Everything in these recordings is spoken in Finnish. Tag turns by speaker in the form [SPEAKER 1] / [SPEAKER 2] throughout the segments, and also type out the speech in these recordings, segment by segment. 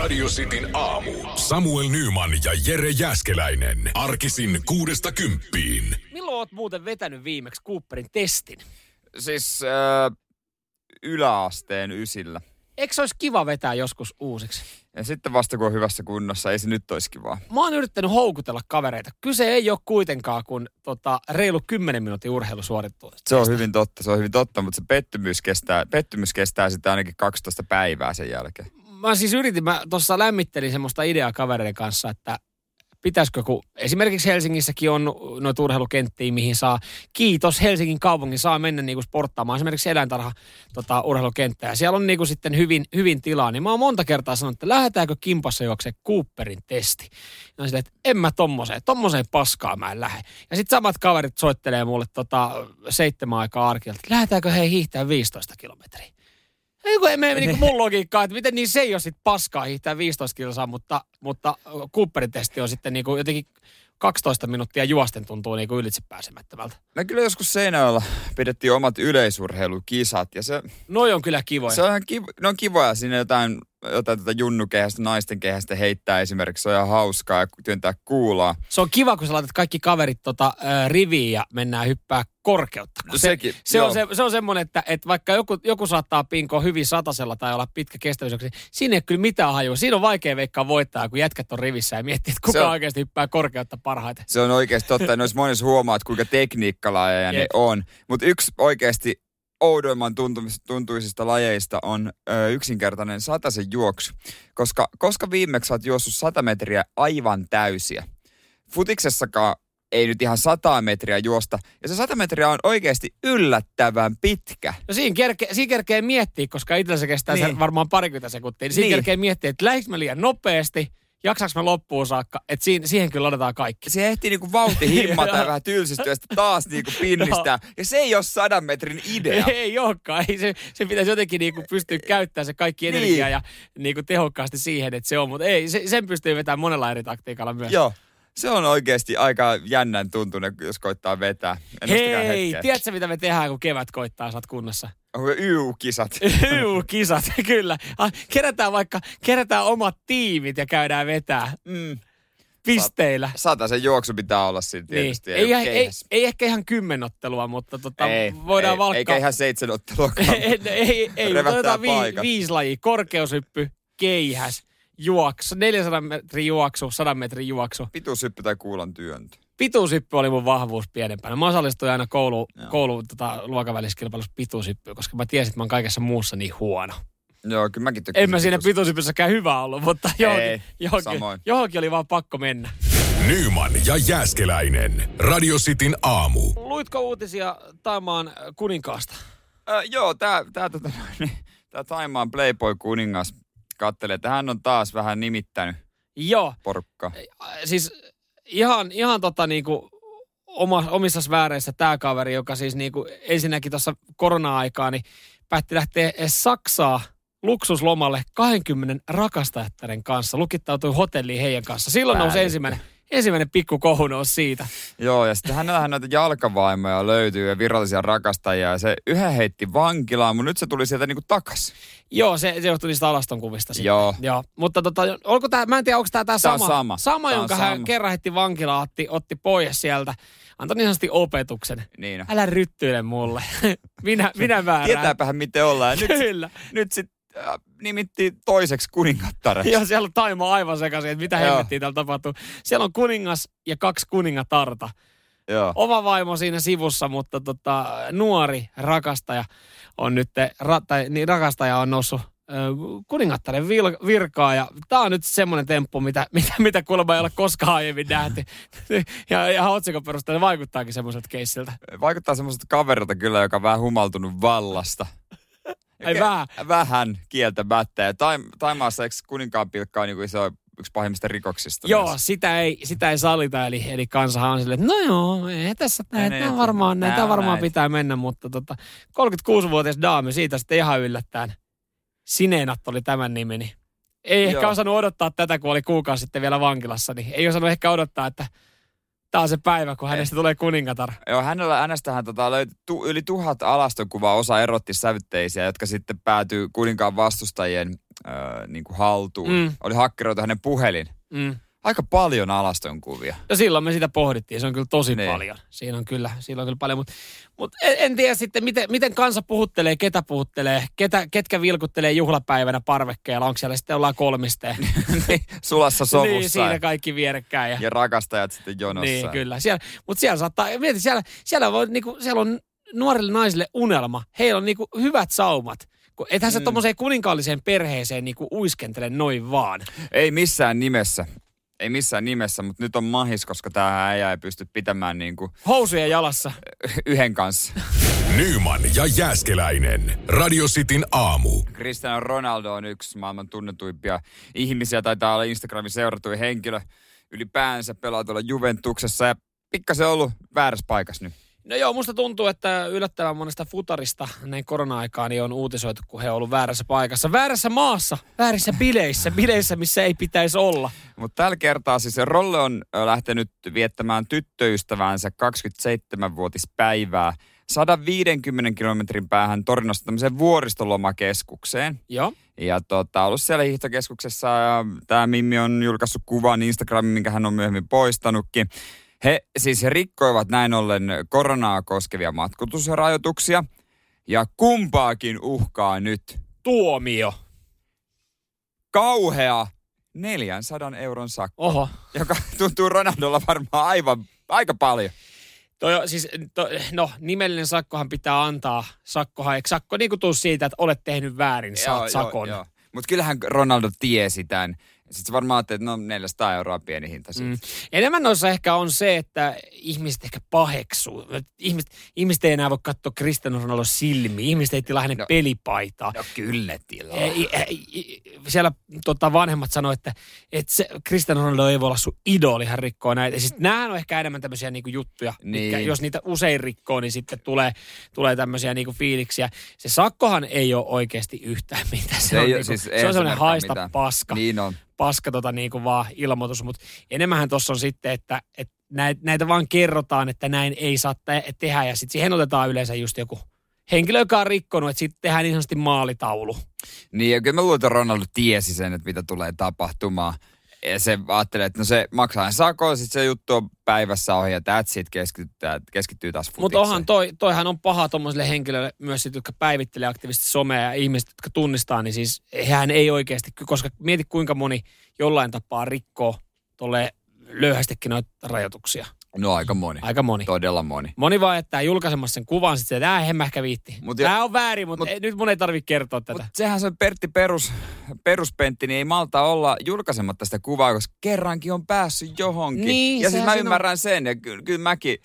[SPEAKER 1] Radio Cityn aamu. Samuel Nyman ja Jere Jääskeläinen. Arkisin 6–10.
[SPEAKER 2] Milloin oot muuten vetänyt viimeksi Cooperin testin?
[SPEAKER 3] Siis yläasteen ysillä.
[SPEAKER 2] Eikö se olisi kiva vetää joskus uusiksi?
[SPEAKER 3] Ja sitten vasta kun on hyvässä kunnossa, ei se nyt olisi kivaa.
[SPEAKER 2] Mä oon yrittänyt houkutella kavereita. Kyse ei ole kuitenkaan kuin reilu 10 minuutin urheilusuoritus.
[SPEAKER 3] Se on hyvin totta, mutta se pettymys kestää sitten ainakin 12 päivää sen jälkeen.
[SPEAKER 2] Mä tuossa lämmittelin semmoista ideaa kavereiden kanssa, että pitäisikö, kun esimerkiksi Helsingissäkin on noita urheilukenttiä, mihin saa, kiitos Helsingin kaupungin, saa mennä niinku sporttaamaan. Esimerkiksi eläintarha urheilukenttää. Ja siellä on niinku sitten hyvin tilaa. Niin mä oon monta kertaa sanonut, että lähdetäänkö kimpassa juokseen Cooperin testi. Ja on silleen, että en mä tommoseen paskaa mä en lähde. Ja sitten samat kaverit soittelee mulle 7 aikaa arkilta, että lähdetäänkö hei hiihtää 15 kilometriä. Ei mene niin mun logiikkaa, että miten niin se ei ole sitten paskaa hiihtää 15 kilsaa, mutta Cooperin testi on sitten niin kuin jotenkin 12 minuuttia juosten tuntuu niin kuin ylitsepääsemättömältä.
[SPEAKER 3] Me kyllä joskus Seinäjoella pidettiin omat yleisurheilukisat ja se...
[SPEAKER 2] Noi on kyllä kivoja.
[SPEAKER 3] Se on ne on kivoja, siinä jotain junnukehästä, naisten kehästä heittää esimerkiksi, se on ihan hauskaa ja työntää kuulaa.
[SPEAKER 2] Se on kiva, kun sä laitat kaikki kaverit riviin ja mennään hyppää korkeutta.
[SPEAKER 3] No sekin,
[SPEAKER 2] se on semmoinen, että vaikka joku saattaa pinkoa hyvin satasella tai olla pitkä kestävyys, siinä ei ole kyllä mitään hajua. Siinä on vaikea veikkaa voittaa, kun jätkät on rivissä ja miettii, että kuka oikeasti hyppää korkeutta parhaiten.
[SPEAKER 3] Se on oikeasti totta, että noissa monissa huomaat, kuinka tekniikkalajeja ne on. Mutta yksi oikeasti oudoimman tuntuisista lajeista on yksinkertainen satasen juoksu. Koska viimeksi olet juossut 100 metriä aivan täysiä. Futiksessakaan ei nyt ihan 100 metriä juosta. Ja se 100 metriä on oikeasti yllättävän pitkä.
[SPEAKER 2] No siinä kerkee miettiä, koska itsellä se kestää sen varmaan parikymmentä sekuntia. Niin siinä kerkee miettiä, että lähdikö mä liian nopeasti, jaksaanko mä loppuun saakka, että siihen kyllä otetaan kaikki.
[SPEAKER 3] Se ehtii niinku vauhti himmata ja vähän tylsistyä ja sitten taas niinku pinnistää. Ja se ei ole 100 metrin idea.
[SPEAKER 2] Ei olekaan. Se pitäisi jotenkin niinku pystyä käyttämään se kaikki energia ja niinku tehokkaasti siihen, että se on. Mutta ei, sen pystyy vetämään monella eri taktiikalla myös.
[SPEAKER 3] Joo. Se on oikeasti aika jännän tuntunen, jos koittaa vetää.
[SPEAKER 2] Hei, tiedätkö mitä me tehdään, kun kevät koittaa, sä oot kunnossa?
[SPEAKER 3] Onko YU-kisat?
[SPEAKER 2] YU-kisat, kyllä. Kerätään omat tiimit ja käydään vetää. Pisteillä.
[SPEAKER 3] Satasen juoksu pitää olla siinä tietysti.
[SPEAKER 2] Niin. Ei ehkä ihan 10 ottelua, mutta voidaan valkkaa.
[SPEAKER 3] Eikä ihan 7 otteluakaan.
[SPEAKER 2] ei otetaan 5 lajia. Korkeushyppy, keihäs, juoksu, 400 metrin juoksu, 100 metrin juoksu.
[SPEAKER 3] Pituushyppy tai kuulan työntö.
[SPEAKER 2] Pituushyppy oli mun vahvuus pienempänä. Mä osallistuin aina kouluun luokanväliskilpailussa pituushyppyyn, koska mä tiesin, että mä oon kaikessa muussa niin huono.
[SPEAKER 3] Joo, kyllä mäkin tykkäsin.
[SPEAKER 2] En mä siinä pituushypyssäkään hyvä ollut, mutta johonkin oli vaan pakko mennä.
[SPEAKER 1] Nyman ja Jääskeläinen. Radio Cityn aamu.
[SPEAKER 2] Luitko uutisia Thaimaan kuninkaasta?
[SPEAKER 3] Joo, tää Thaimaan Playboy-kuningas kattelee, että hän on taas vähän nimittänyt porukkaa.
[SPEAKER 2] Siis ihan niinku omissa sfääreissä tämä kaveri, joka siis niinku ensinnäkin tuossa korona-aikaa, niin päätti lähteä Saksaa luksuslomalle 20 rakastajattaren kanssa. Lukittautui hotelliin heidän kanssa. Silloin nousi ensimmäinen pikku kohu nousi siitä.
[SPEAKER 3] Joo, ja sitten hänellähän noita jalkavaimoja löytyy ja virallisia rakastajia. Ja se yhä heitti vankilaan, mutta nyt se tuli sieltä niinku takas.
[SPEAKER 2] Joo, se johtui niistä alastonkuvista sitten.
[SPEAKER 3] Joo.
[SPEAKER 2] Mutta onko tämä, mä en tiedä, onko tämä sama jonka hän kerran heitti vankilaan, otti pois sieltä. Antoi niin sanotusti opetuksen.
[SPEAKER 3] Niin on.
[SPEAKER 2] Älä ryttyile mulle. minä väärään.
[SPEAKER 3] Tietääpähän miten ollaan.
[SPEAKER 2] Kyllä.
[SPEAKER 3] Nyt sitten nimitti toiseksi kuningattareksi.
[SPEAKER 2] Joo, siellä on Taimo aivan sekaisin, että mitä hemmettiin täällä tapahtuu. Siellä on kuningas ja 2 kuningatarta.
[SPEAKER 3] Joo.
[SPEAKER 2] Oma vaimo siinä sivussa, mutta nuori rakastaja on nyt, rakastaja on noussut kuningattaren virkaa. Ja tää on nyt semmoinen temppu, mitä kuulemma ei ole koskaan aiemmin nähty. Ja ihan otsikon perusteella vaikuttaakin semmoiselta keissiltä.
[SPEAKER 3] Vaikuttaa semmoiselta kaverilta kyllä, joka on vähän humaltunut vallasta. Vähän kieltämättä. Ja Taimaassa eikö kuninkaan pilkkaa on niin se on yksi pahimmista rikoksista?
[SPEAKER 2] Joo, sitä ei sallita. Eli kansahan on silleen, että no joo, ei tässä tämä varmaan pitää mennä. Mutta 36-vuotias daami, siitä sitten ihan yllättäen. Sineenat oli tämän nimeni. Ei ehkä osannut odottaa tätä, kun oli kuukausi sitten vielä vankilassa. Niin ei osannut ehkä odottaa, että Tää on se päivä, kun hänestä tulee kuningatar.
[SPEAKER 3] Joo, hänestähän löytyi yli 1000 alastonkuvaa, osa erotti sävytteisiä, jotka sitten päätyy kuninkaan vastustajien niinku haltuun. Oli hakkeroitu hänen puhelin. Aika paljon alastonkuvia.
[SPEAKER 2] No silloin me sitä pohdittiin, se on kyllä tosi paljon. Siinä on kyllä paljon, mutta en tiedä sitten, miten kansa puhuttelee, ketä puhuttelee, ketkä vilkuttelee juhlapäivänä parvekkeella, onko siellä sitten ollaan kolmisteen.
[SPEAKER 3] Sulassa sovussa.
[SPEAKER 2] Niin, siinä kaikki vierekkäin.
[SPEAKER 3] Ja rakastajat sitten jonossa.
[SPEAKER 2] Niin, kyllä. Mutta siellä saattaa, mieti, siellä on nuorille naisille unelma. Heillä on niinku hyvät saumat. Ethän sä tommoseen kuninkaalliseen perheeseen niinku uiskentele noin vaan.
[SPEAKER 3] Ei missään nimessä, mutta nyt on mahis, koska tää äijä ei pysty pitämään niinku
[SPEAKER 2] housuja jalassa.
[SPEAKER 3] Yhden kanssa.
[SPEAKER 1] Nyman ja Jääskeläinen. Radio Cityn aamu.
[SPEAKER 3] Cristiano Ronaldo on yksi maailman tunnetuimpia ihmisiä. Taitaa olla Instagramin seuratuin henkilö. Ylipäänsä pelaa tuolla Juventuksessa ja pikkasen ollut väärässä paikassa nyt.
[SPEAKER 2] No joo, musta tuntuu, että yllättävän monesta futarista näin korona-aikaan niin on uutisoitu, kun he on ollut väärässä paikassa. Väärässä maassa, väärissä bileissä, missä ei pitäisi olla.
[SPEAKER 3] Mutta tällä kertaa siis Rolle on lähtenyt viettämään tyttöystävänsä 27-vuotispäivää 150 kilometrin päähän Torinosta tämmöiseen vuoristolomakeskukseen.
[SPEAKER 2] Joo.
[SPEAKER 3] Ja ollut siellä hiihtokeskuksessa ja tämä Mimmi on julkaissut kuvan Instagramin, minkä hän on myöhemmin poistanutkin. He siis rikkoivat näin ollen koronaa koskevia matkustusrajoituksia ja kumpaakin uhkaa nyt
[SPEAKER 2] tuomio.
[SPEAKER 3] Kauhea 400 euron sakko.
[SPEAKER 2] Oho.
[SPEAKER 3] Joka tuntuu Ronaldolla varmaan aika paljon.
[SPEAKER 2] Nimellinen sakkohan pitää antaa. Eikö sakko niin kuin tuu siitä, että olet tehnyt väärin, saat sakon.
[SPEAKER 3] Joo. Mutta kyllähän Ronaldo tiesi tämän. Sitten varmaan ajattelin, että 400 euroa pieni hinta siitä.
[SPEAKER 2] Enemmän noissa ehkä on se, että ihmiset ehkä paheksuu. Ihmiset ei enää voi katsoa Cristiano Ronaldon silmiin. Ihmiset ei tilaa hänen pelipaitaa.
[SPEAKER 3] No kyllä tilaa.
[SPEAKER 2] Siellä vanhemmat sanoo, että se Cristiano Ronaldo ei voi olla sun idoli, hän rikkoo näitä. Siis nämähän on ehkä enemmän tämmöisiä niinku juttuja. Niin. Mitkä, jos niitä usein rikkoo, niin sitten tulee tämmöisiä niinku fiiliksiä. Se sakkohan ei ole oikeasti yhtään mitään. Se on sellainen haista mitään. Paska.
[SPEAKER 3] Niin on.
[SPEAKER 2] Paska niinku vaan ilmoitus, mutta enemmänhän tuossa on sitten, että näitä vaan kerrotaan, että näin ei saa tehdä ja sitten siihen otetaan yleensä just joku henkilö, joka on rikkonut, että sitten tehdään niin sanotusti maalitaulu.
[SPEAKER 3] Niin ja kyllä mä luulen, että Ronaldo tiesi sen, että mitä tulee tapahtumaan. Ja se ajattelee, että no se maksaa sakon, sitten se juttu on päivässä ohi ja that's it, keskittyy taas futikseen.
[SPEAKER 2] Mutta onhan toihan on paha tuommoiselle henkilölle myös sit, jotka päivittelee aktiivisesti somea ja ihmiset, jotka tunnistaa, niin siis hän ei oikeasti, koska mieti kuinka moni jollain tapaa rikkoo tolleen löyhästikin noita rajoituksia.
[SPEAKER 3] No aika moni. Todella moni.
[SPEAKER 2] Moni vaan jättää julkaisemassa sen kuvan, sitten että en mä ehkä viitti. Tämä on väärin, mutta nyt mun ei tarvitse kertoa tätä.
[SPEAKER 3] Mutta sehän se on Pertti peruspentti, niin ei malta olla julkaisematta sitä kuvaa, koska kerrankin on päässyt johonkin.
[SPEAKER 2] Niin,
[SPEAKER 3] ja siis mä ymmärrän sen, ja kyllä mäkin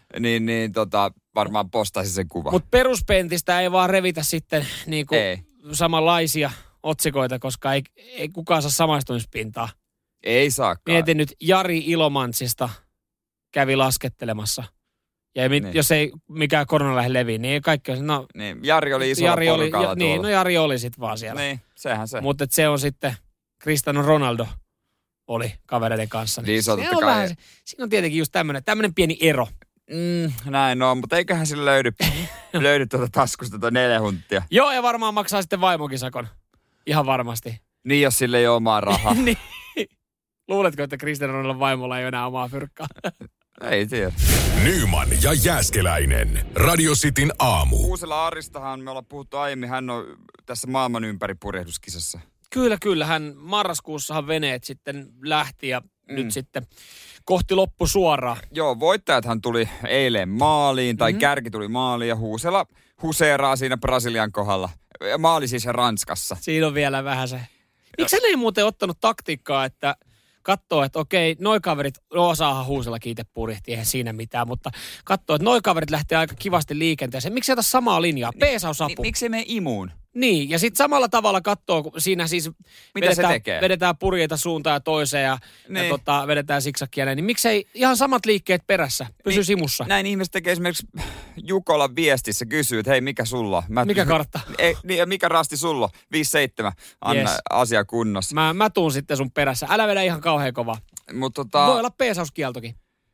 [SPEAKER 3] varmaan postaisin sen kuvan.
[SPEAKER 2] Mutta peruspentistä ei vaan revitä sitten niinku samanlaisia otsikoita, koska ei kukaan saa samaistumispintaa.
[SPEAKER 3] Ei saakaan.
[SPEAKER 2] Mietin nyt Jari Ilomantsista kävi laskettelemassa. Ja jos ei mikään korona lähde leviin, niin kaikki on,
[SPEAKER 3] niin, Jari oli isolla porukalla
[SPEAKER 2] niin, Jari oli sitten vaan siellä.
[SPEAKER 3] Niin, sehän se.
[SPEAKER 2] Mutta se on sitten, Cristiano Ronaldo oli kavereiden kanssa.
[SPEAKER 3] Niin,
[SPEAKER 2] siinä on tietenkin just tämmöinen pieni ero.
[SPEAKER 3] Näin on, mutta eiköhän sillä löydy taskusta 4 hunttia.
[SPEAKER 2] Joo, ja varmaan maksaa sitten vaimokin sakon. Ihan varmasti.
[SPEAKER 3] Niin, jos sille ei ole omaa rahaa.
[SPEAKER 2] Niin. Luuletko, että Cristiano Ronaldon vaimolla ei ole enää omaa fyrkkaa?
[SPEAKER 3] Ei tiedä.
[SPEAKER 1] Nyman ja Jääskeläinen. Radio Cityn aamu.
[SPEAKER 3] Kuusela Aristahan me ollaan puhuttu aiemmin. Hän on tässä maailman ympäri purjehduskisassa.
[SPEAKER 2] Kyllä. Hän marraskuussahan veneet sitten lähti ja nyt sitten kohti loppu suoraan.
[SPEAKER 3] Joo, voittajathan tuli eilen maaliin tai kärki tuli maaliin ja Huusela huseeraa siinä Brasilian kohdalla. Maali siis Ranskassa.
[SPEAKER 2] Siinä on vielä vähän se. Miksi hän ei muuten ottanut taktiikkaa, että katsoo, että okei, noi kaverit, osaahan Huusellakin itse purjehti, eihän siinä mitään, mutta katsoo, että noi kaverit lähtee aika kivasti liikenteeseen. Miksi ei ota samaa linjaa? Peesausapu.
[SPEAKER 3] Miksi ei mene imuun?
[SPEAKER 2] Niin, ja sitten samalla tavalla katsoo, kun siinä siis vedetään purjeita suuntaan ja toiseen ja vedetään siksakkia näin, niin miksei ihan samat liikkeet perässä, pysy simussa.
[SPEAKER 3] Näin ihmiset tekee esimerkiksi Jukolan viestissä, kysyy, että hei, mikä sulla?
[SPEAKER 2] Mikä kartta?
[SPEAKER 3] Ja mikä rasti sulla? 5-7, anna asia kunnossa.
[SPEAKER 2] Mä tuun sitten sun perässä, älä vedä ihan kauhean kovaa.
[SPEAKER 3] Mut
[SPEAKER 2] voi olla peesauskieltokin.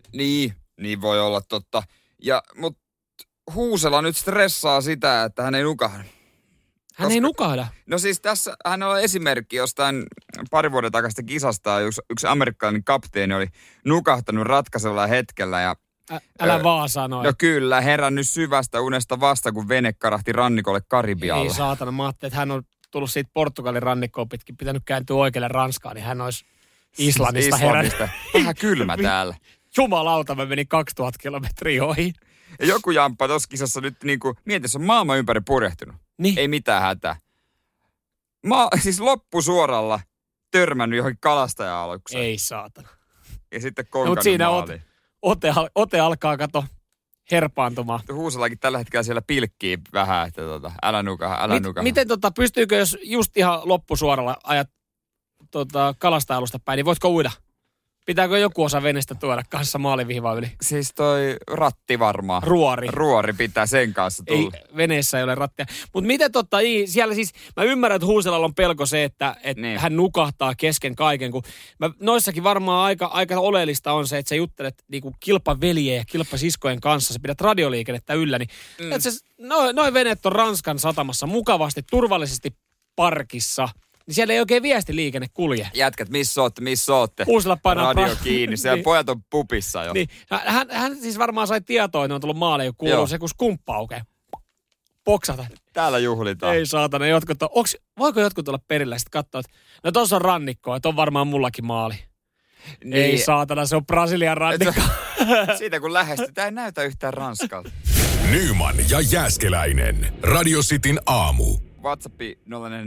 [SPEAKER 3] Niin voi olla totta. Mutta Huusela nyt stressaa sitä, että hän ei nukahda.
[SPEAKER 2] Hän ei nukahda?
[SPEAKER 3] No siis tässä hän on esimerkki jostain pari vuoden takaisesta kisasta. Yksi amerikkalainen kapteeni oli nukahtanut ratkaisevalla hetkellä ja
[SPEAKER 2] älä vaan sano.
[SPEAKER 3] No kyllä, herännyt syvästä unesta vasta, kun vene karahti rannikolle Karibialle.
[SPEAKER 2] Ei saatana, mä ajattelin, että hän on tullut siitä Portugalin rannikkoon pitkin, pitänyt kääntyä oikealle Ranskaan, niin hän olisi Islannista herännyt.
[SPEAKER 3] Vähän kylmä täällä.
[SPEAKER 2] Jumalauta, mä menin 2000 kilometriä ohi.
[SPEAKER 3] Ja joku jamppa tuossa kisassa nyt niinku, mieti, se on maailman ympäri purjehtunut.
[SPEAKER 2] Niin.
[SPEAKER 3] Ei mitään hätää. Siis loppusuoralla törmännyt johonkin kalastaja-alukseen.
[SPEAKER 2] Ei saatana.
[SPEAKER 3] Ja sitten konkannut
[SPEAKER 2] no, siinä
[SPEAKER 3] maaliin.
[SPEAKER 2] Ote alkaa kato herpaantumaan.
[SPEAKER 3] Huusalakin tällä hetkellä siellä pilkkii vähän, että älä nukaha.
[SPEAKER 2] Miten pystyykö, jos just ihan loppusuoralla ajat kalastaja-alusta päin, niin voitko uida? Pitääkö joku osa venestä tuoda kanssa maalivihvaa yli?
[SPEAKER 3] Siis toi ratti varmaan. Ruori pitää sen kanssa tulla.
[SPEAKER 2] Ei, veneessä ei ole rattia. Mutta miten siellä siis, mä ymmärrän, että Huuselalla on pelko se, että niin. Hän nukahtaa kesken kaiken, kun noissakin varmaan aika oleellista on se, että sä juttelet niinku kilpaveljen ja kilpasiskojen kanssa, sä pidät radioliikennettä yllä, niin noin veneet on Ranskan satamassa mukavasti, turvallisesti parkissa. Niin siellä ei oikein viestiliikenne kulje.
[SPEAKER 3] Jätkät, missä ootte?
[SPEAKER 2] Huusela painaa
[SPEAKER 3] radio kiinni, siellä niin. Pojat on pupissa jo.
[SPEAKER 2] Niin. Hän siis varmaan sai tietoa, että on tullut maalle, kun kuuluu se, kun skumppa aukeaa. Poksata.
[SPEAKER 3] Täällä juhlitaan.
[SPEAKER 2] Ei saatana, voiko jotkut olla perillä ja sitten katsoa, että no tossa on rannikko, että on varmaan mullakin maali. Niin. Ei saatana, se on Brasilian rannikko.
[SPEAKER 3] Siitä kun lähestytään, ei näytä yhtään Ranskalta.
[SPEAKER 1] Nyman ja Jääskeläinen. Radio Cityn aamu.
[SPEAKER 3] WhatsAppi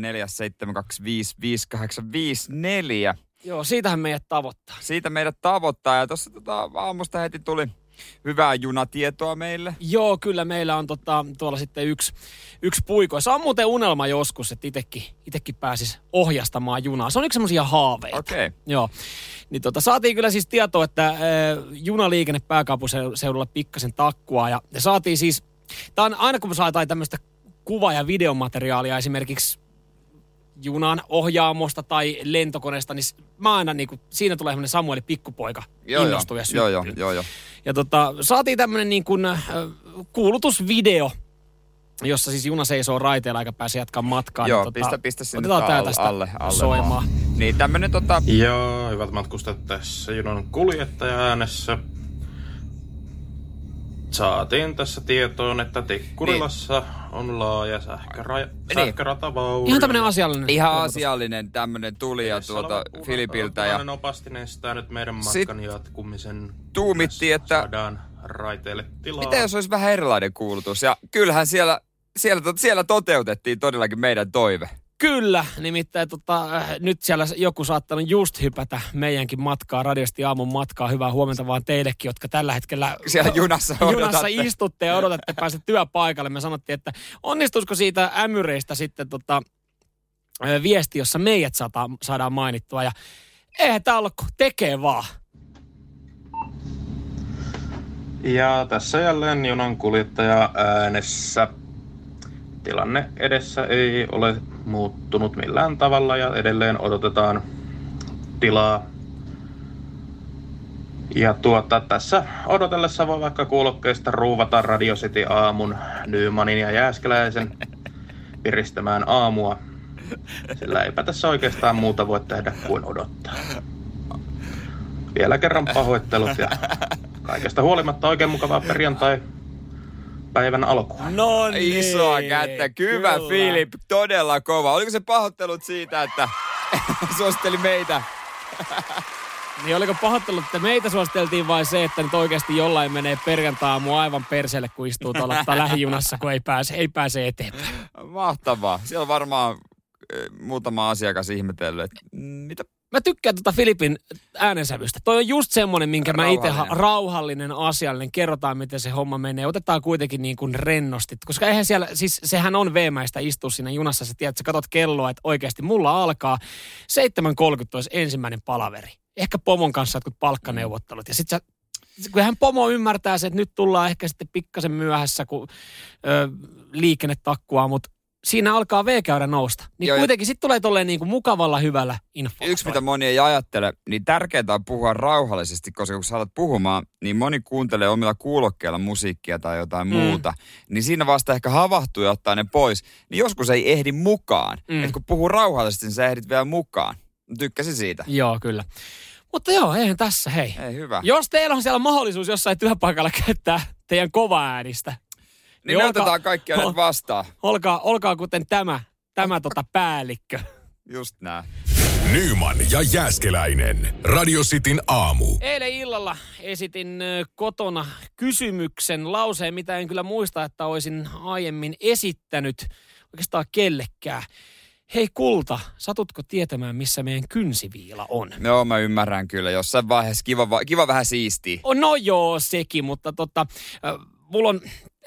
[SPEAKER 3] 0447255854.
[SPEAKER 2] Joo, siitähän meidät tavoittaa.
[SPEAKER 3] Siitä meidät tavoittaa ja tuossa aamusta heti tuli hyvää junatietoa meille.
[SPEAKER 2] Joo, kyllä meillä on tuolla sitten yksi puiko. Se on muuten unelma joskus, että itekin pääsisi ohjastamaan junaa. Se on yksi semmoisia haaveita.
[SPEAKER 3] Okei.
[SPEAKER 2] Joo. Niin saatiin kyllä siis tietoa, että junaliikenne pääkaupunkiseudulla pikkasen takkua ja saatiin siis, tää on aina kun me saatiin tämmöistä kuva- ja videomateriaalia esimerkiksi junan ohjaamosta tai lentokoneesta, niin mä aina niin kuin, siinä tulee semmoinen Samueli pikkupoika innostuu ja syttyy.
[SPEAKER 3] Joo.
[SPEAKER 2] Ja saatiin tämmöinen niin kuin kuulutusvideo, jossa siis juna seisoo raiteilla eikä pääse jatkaa matkaa.
[SPEAKER 3] Joo,
[SPEAKER 2] niin,
[SPEAKER 3] pistä sinne alle
[SPEAKER 2] soimaan.
[SPEAKER 3] Niin tämmönen
[SPEAKER 4] Joo, hyvät matkustajat tässä junan kuljettaja äänessä. Saatiin tässä tietoon, että Tikkurilassa on laaja sähköratavauri.
[SPEAKER 2] Ihan tämmönen asiallinen.
[SPEAKER 3] Ihan asiallinen tämmönen tuli ja Filipiltä. Ja
[SPEAKER 4] opastinen estää nyt meidän matkan jatkumisen.
[SPEAKER 3] Tuumittiin, että
[SPEAKER 4] saadaan raiteille tilaa.
[SPEAKER 3] Mitä jos olisi vähän erilainen kuulutus? Ja kyllähän siellä toteutettiin todellakin meidän toive.
[SPEAKER 2] Kyllä, nimittäin nyt siellä joku saattanut just hypätä meidänkin matkaa, radiosti aamun matkaa. Hyvää huomenta vaan teillekin, jotka tällä hetkellä
[SPEAKER 3] siellä junassa
[SPEAKER 2] istutte ja odotatte päästä työpaikalle. Me sanottiin, että onnistuisiko siitä ämyreistä sitten viesti, jossa meidät saadaan mainittua. Ja eihän tää ollut, tekee vaan.
[SPEAKER 4] Ja tässä jälleen junan kuljettaja äänessä. Tilanne edessä ei ole muuttunut millään tavalla ja edelleen odotetaan tilaa. Ja tässä odotellessa voi vaikka kuulokkeista ruuvata Radio City aamun Nymanin ja Jääskeläisen piristämään aamua. Sillä eipä tässä oikeastaan muuta voi tehdä kuin odottaa. Vielä kerran pahoittelut ja kaikesta huolimatta oikein mukavaa perjantai-päivän alkua.
[SPEAKER 2] No niin.
[SPEAKER 3] Isoa kättä. Kyllä. Filip. Todella kova. Oliko se pahoittelut siitä, että suositteli meitä?
[SPEAKER 2] Niin oliko pahoittelut, että meitä suositeltiin vai se, että nyt oikeasti jollain menee perjantai-aamu aivan perseelle, kun istuu tuolla lähijunassa, kun ei pääse eteenpäin.
[SPEAKER 3] Mahtavaa. Siellä on varmaan muutama asiakas ihmetellyt, että mitä?
[SPEAKER 2] Mä tykkään Filipin äänensävystä. Toi on just semmonen, minkä mä itse rauhallinen, asiallinen. Kerrotaan, miten se homma menee. Otetaan kuitenkin niin kuin rennosti. Koska eihän siellä, siis sehän on veemäistä istua siinä junassa. Sä tiedät, sä katot kelloa, että oikeasti mulla alkaa 7.30 olisi ensimmäinen palaveri. Ehkä pomon kanssa jotkut palkkaneuvottelut. Ja sit kyllähän pomo ymmärtää se, että nyt tullaan ehkä sitten pikkasen myöhässä, kun liikenne takkuaa, mutta siinä alkaa V-käyrä nousta. Niin joo, kuitenkin sitten tulee tolleen niin kuin mukavalla, hyvällä infolla.
[SPEAKER 3] Yksi, mitä moni ei ajattele, niin tärkeää on puhua rauhallisesti, koska kun sä alat puhumaan, niin moni kuuntelee omilla kuulokkeilla musiikkia tai jotain muuta. Niin siinä vasta ehkä havahtuu ja ottaa ne pois. Niin joskus ei ehdi mukaan. Että kun puhuu rauhallisesti, niin sä ehdit vielä mukaan. Tykkäsin siitä.
[SPEAKER 2] Joo, kyllä. Mutta joo, eihän tässä, hei.
[SPEAKER 3] Ei, hyvä.
[SPEAKER 2] Jos teillä on siellä mahdollisuus jossain työpaikalla käyttää teidän kovaäänistä.
[SPEAKER 3] Niin me otetaan kaikkia nyt vastaan.
[SPEAKER 2] Olkaa kuten tämä päällikkö.
[SPEAKER 3] Just näin.
[SPEAKER 1] Nyman ja Jääskeläinen. Radio Cityn aamu.
[SPEAKER 2] Eilen illalla esitin kotona kysymyksen lauseen, mitä en kyllä muista, että olisin aiemmin esittänyt oikeastaan kellekään. Hei kulta, satutko tietämään, missä meidän kynsiviila on?
[SPEAKER 3] Joo, mä ymmärrän kyllä. Jossain vaiheessa kiva vähän siistiä.
[SPEAKER 2] No joo, sekin, mutta mulla on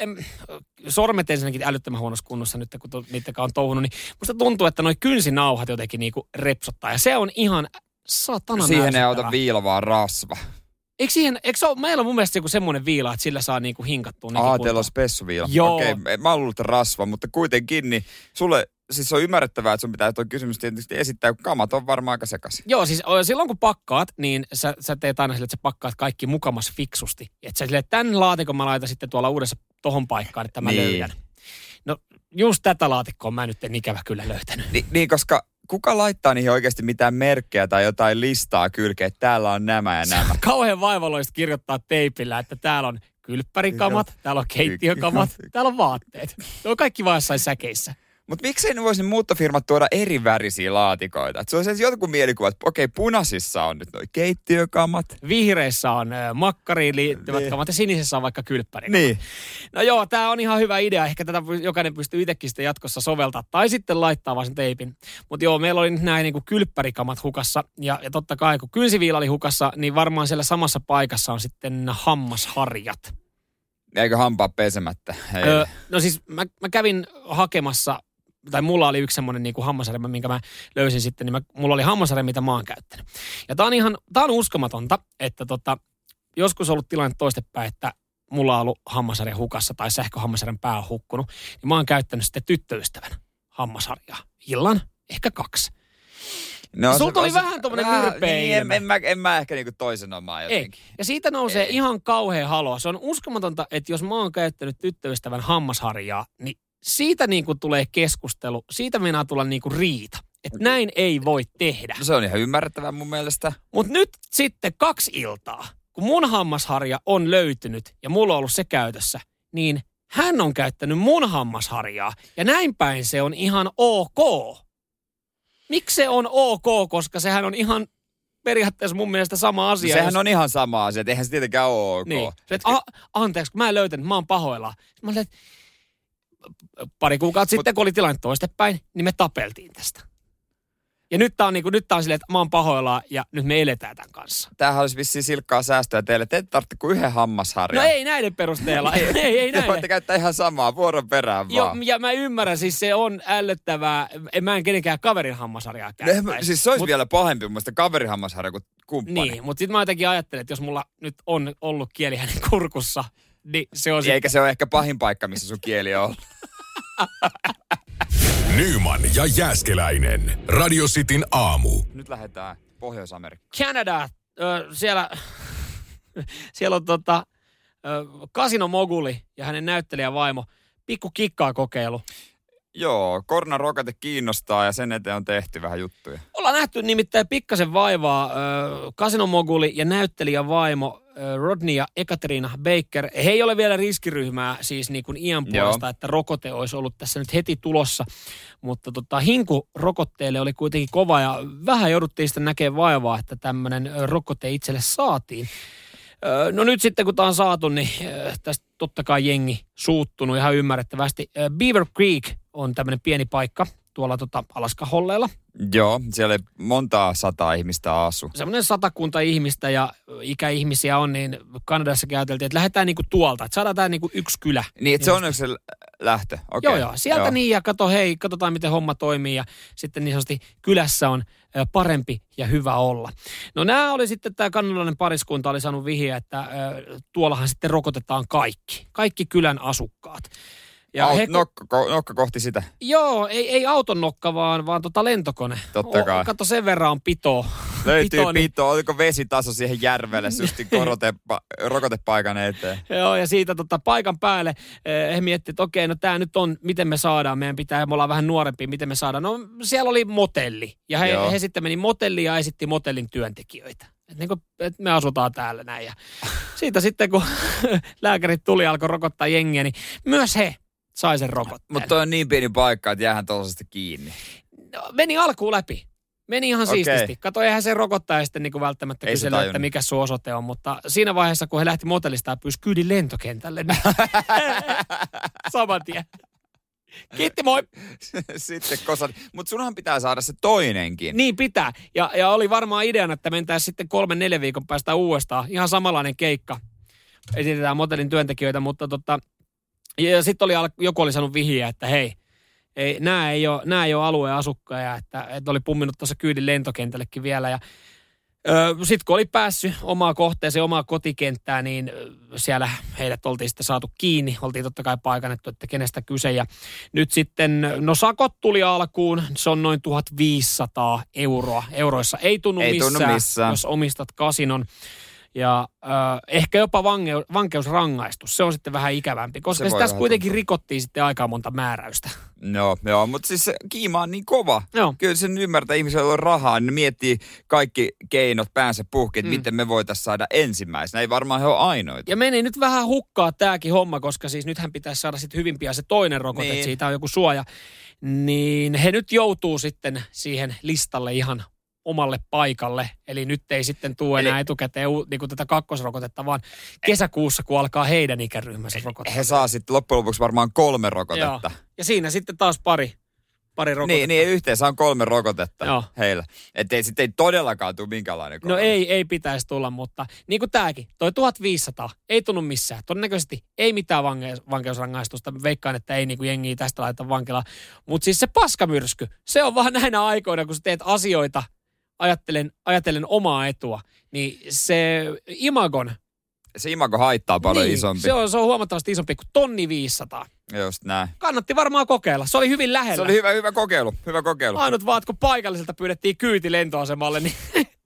[SPEAKER 2] sormet ensinnäkin älyttömän huonossa kunnossa nyt, kun niitäkään on touhunut, niin musta tuntuu, että noi kynsinauhat jotenkin niinku repsottaa. Ja se on ihan satana
[SPEAKER 3] siihen ei auta viila, vaan rasva.
[SPEAKER 2] Eikö se ole, meillä on mun mielestä joku semmoinen viila, että sillä saa niinku hinkattua nekin kuntoon.
[SPEAKER 3] Teillä on spessuviila.
[SPEAKER 2] Joo.
[SPEAKER 3] Okei, mä oon luullut rasva, mutta kuitenkin, niin sulle, siis on ymmärrettävää, että sun pitää tuo kysymys tietysti esittää, kun kamat on varmaan aika sekaisin.
[SPEAKER 2] Joo, siis silloin kun pakkaat, niin sä teet aina sille, että sä pakkaat kaikki mukamas fiksusti. Että sä silleen, että tämän laatikon mä laitan sitten tuolla uudessa tohon paikkaan, että mä löydän. No just tätä laatikkoa mä nyt en ikävä kyllä löytänyt.
[SPEAKER 3] Niin, koska kuka laittaa niihin oikeasti mitään merkkejä tai jotain listaa kylkeen, että täällä on nämä ja nämä?
[SPEAKER 2] Kauhean vaivalloista kirjoittaa teipillä, että täällä on kylppärikamat, täällä on keittiökamat, täällä on vaatteet. Ne on kaikki vaan jossain säkeissä.
[SPEAKER 3] Mutta miksei ne voisi muuttofirmat tuoda eri värisiä laatikoita? Et se olisi jotkut mielikuvat, että okei, punaisissa on nyt noi keittiökamat.
[SPEAKER 2] Vihreissä on makkariin liittyvät kamat ja sinisessä on vaikka kylppärikamat.
[SPEAKER 3] Niin.
[SPEAKER 2] No joo, tää on ihan hyvä idea. Ehkä tätä jokainen pystyy itsekin sitten jatkossa soveltaa. Tai sitten laittaa vaan sen teipin. Mutta joo, meillä oli näin niinku kylppärikamat hukassa. Ja totta kai kun kynsiviila oli hukassa, niin varmaan siellä samassa paikassa on sitten hammasharjat.
[SPEAKER 3] Eikö hampaa pesemättä?
[SPEAKER 2] No siis mä kävin hakemassa, tai mulla oli yksi semmoinen niin kuin hammasharja, minkä mä löysin sitten, niin mulla oli hammasharja, mitä mä oon käyttänyt. Ja tää on uskomatonta, että joskus on ollut tilanne toistepäin, että mulla on ollut hammasharja hukassa tai sähköhammasharjan pää on hukkunut, niin mä oon käyttänyt sitten tyttöystävän hammasharjaa. Illan, ehkä 2. No, sulta oli vähän tommonen myrpeä ilme.
[SPEAKER 3] En mä ehkä niinku toisenomaan jotenkin.
[SPEAKER 2] Ei. Ja siitä nousee ihan kauhea halo. Se on uskomatonta, että jos mä oon käyttänyt tyttöystävän hammasharjaa, niin siitä niinku tulee keskustelu. Siitä meinaa tulla niinku riita. Että näin ei voi tehdä.
[SPEAKER 3] No se on ihan ymmärrettävää mun mielestä.
[SPEAKER 2] Mut nyt sitten 2 iltaa, kun mun hammasharja on löytynyt ja mulla on ollut se käytössä, niin hän on käyttänyt mun hammasharjaa. Ja näin päin se on ihan ok. Miksi se on ok, koska sehän on ihan periaatteessa mun mielestä sama asia.
[SPEAKER 3] Sehän on ihan sama asia, että eihän se tietenkään ole ok.
[SPEAKER 2] Niin. Anteeksi, kun mä en löytänyt, mä oon pahoillaan. Mä olin, että pari kuukautta sitten, kun oli tilanne toistepäin, niin me tapeltiin tästä. Ja nyt tää on silleen, että mä oon pahoillaan ja nyt me eletään tämän kanssa.
[SPEAKER 3] Tämähän olisi vissiin silkkaa säästöä teille. Te ette tarvitse kuin yhden hammasharjan.
[SPEAKER 2] No ei näiden perusteella. ei näiden.
[SPEAKER 3] Te voitte käyttää ihan samaa, vuoron perään vaan.
[SPEAKER 2] Joo, ja mä ymmärrän, siis se on ällöttävää. Mä en kenenkään kaverin hammasharjaa käyttäisi.
[SPEAKER 3] Siis se olisi vielä pahempi mun mielestä kaverin hammasharja kuin kumppani.
[SPEAKER 2] Niin, mutta sitten mä jotenkin ajattelen, että jos mulla nyt on ollut kieli hänen kurkussa, niin se on
[SPEAKER 3] eikä se ole ehkä pahin paikka, missä sun kieli on.
[SPEAKER 1] Nyman ja Jääskeläinen. Radio Cityn aamu.
[SPEAKER 3] Nyt lähdetään Pohjois-Amerikkaan.
[SPEAKER 2] Kanada. Siellä on kasinomoguli ja hänen näyttelijävaimo. Pikku kikkaa kokeilu.
[SPEAKER 3] Joo, koronarokote kiinnostaa ja sen eteen on tehty vähän juttuja.
[SPEAKER 2] Ollaan nähty nimittäin pikkasen vaivaa. Kasinomoguli ja näyttelijävaimo Rodney ja Ekaterina Baker. He ei ole vielä riskiryhmää siis niin kuin iän puolesta, että rokote olisi ollut tässä nyt heti tulossa. Mutta hinku rokotteelle oli kuitenkin kova ja vähän jouduttiin sitten näkemään vaivaa, että tämmöinen rokote itselle saatiin. No nyt sitten kun tämä on saatu, niin tästä totta kai jengi suuttunut ihan ymmärrettävästi. Beaver Creek on tämmöinen pieni paikka tuolla Alaska-holleilla.
[SPEAKER 3] Joo, siellä ei montaa 100 ihmistä asu. Semmoinen
[SPEAKER 2] 100 ihmistä ja ikäihmisiä on, niin Kanadassa käyteltiin, että lähdetään niinku tuolta, että saadaan tää niinku yksi kylä.
[SPEAKER 3] Niin, että se on se lähtö. Okay.
[SPEAKER 2] Joo, sieltä niin ja katsotaan miten homma toimii ja sitten niin sanotusti kylässä on parempi ja hyvä olla. No nämä oli sitten, tämä kanadalainen pariskunta oli saanut vihjeä, että tuollahan sitten rokotetaan kaikki kylän asukkaat. Ja
[SPEAKER 3] nokka kohti sitä.
[SPEAKER 2] Joo, ei auton nokka, vaan lentokone.
[SPEAKER 3] Totta kai.
[SPEAKER 2] Kato, sen verran on pitoa.
[SPEAKER 3] Löytyy pitoa. Oliko vesitaso siihen järvelle justin rokotepaikan eteen?
[SPEAKER 2] Joo, ja siitä paikan päälle he miettivät, että okei, no tää nyt on, miten me saadaan. Me ollaan vähän nuorempia, miten me saadaan. No siellä oli motelli. Ja he sitten meni motelliin ja esitti motellin työntekijöitä. Että me asutaan täällä näin. Ja siitä sitten, kun lääkärit tuli alkoi rokottaa jengiä, niin myös he sai sen rokotteen.
[SPEAKER 3] Mutta toi on niin pieni paikka, että jäähän tuollaisesta kiinni.
[SPEAKER 2] No, meni alkuun läpi. Meni ihan siististi. Kato, eihän se rokottaja sitten välttämättä kysely, että mikä sun osoite on. Mutta siinä vaiheessa, kun he lähti motellista ja pyysi kyydin lentokentälle, niin saman tien. Kiitti, moi.
[SPEAKER 3] Sitten kosat. Mutta sunhan pitää saada se toinenkin.
[SPEAKER 2] Niin pitää. Ja oli varmaan ideana, että mentäisiin sitten 3-4 viikon päästä uudestaan. Ihan samanlainen keikka. Esitetään motellin työntekijöitä, mutta ja sitten joku oli sanonut vihjeä, että hei, nämä ei ole alueen asukkaja, että oli pumminut tuossa kyydin lentokentällekin vielä. Ja sitten kun oli päässyt omaan kohteeseen, omaa kotikenttää, niin siellä heidät oltiin sitten saatu kiinni. Oltiin totta kai paikannettu, että kenestä kyse. Ja nyt sitten, sakot tuli alkuun. Se on noin 1 500 euroa. Euroissa ei tunnu missään, jos omistat kasinon. Ja ehkä jopa vankeusrangaistus. Se on sitten vähän ikävämpi, koska tässä kuitenkin rikottiin sitten aika monta määräystä.
[SPEAKER 3] No, joo, mutta siis se kiima on niin kova.
[SPEAKER 2] Joo.
[SPEAKER 3] Kyllä sen ymmärtää, ihmisellä on rahaa, niin ne miettii kaikki keinot päänsä puhki, että miten me voitaisiin saada ensimmäisenä. Ei varmaan he ole ainoita.
[SPEAKER 2] Ja meni nyt vähän hukkaa tämäkin homma, koska siis nythän pitäisi saada sitten hyvin pian se toinen rokote, niin. Siitä on joku suoja. Niin he nyt joutuu sitten siihen listalle ihan omalle paikalle. Eli nyt ei sitten tule enää etukäteen niin tätä kakkosrokotetta, vaan kesäkuussa, kun alkaa heidän ikäryhmänsä rokotetta.
[SPEAKER 3] He saa sitten loppujen lopuksi varmaan 3 rokotetta.
[SPEAKER 2] Joo. Ja siinä sitten taas pari rokotetta.
[SPEAKER 3] Niin yhteensä on 3 rokotetta heillä. Että sitten ei todellakaan tule minkäänlainen korona.
[SPEAKER 2] No ei pitäisi tulla, mutta niin kuin tämäkin, toi 1500 ei tunnu missään. Todennäköisesti ei mitään vankeusrangaistusta. Veikkaan, että ei niin kuin jengiä tästä laiteta vankilaan. Mutta siis se paskamyrsky, se on vaan näinä aikoina, kun sä teet asioita, ajatellen omaa etua, niin se imago
[SPEAKER 3] haittaa paljon isompi.
[SPEAKER 2] Se on huomattavasti isompi kuin 1500.
[SPEAKER 3] Just näin.
[SPEAKER 2] Kannatti varmaan kokeilla. Se oli hyvin lähellä.
[SPEAKER 3] Se oli hyvä kokeilu.
[SPEAKER 2] Ainut vaan, kun paikalliselta pyydettiin kyyti lentoasemalle, niin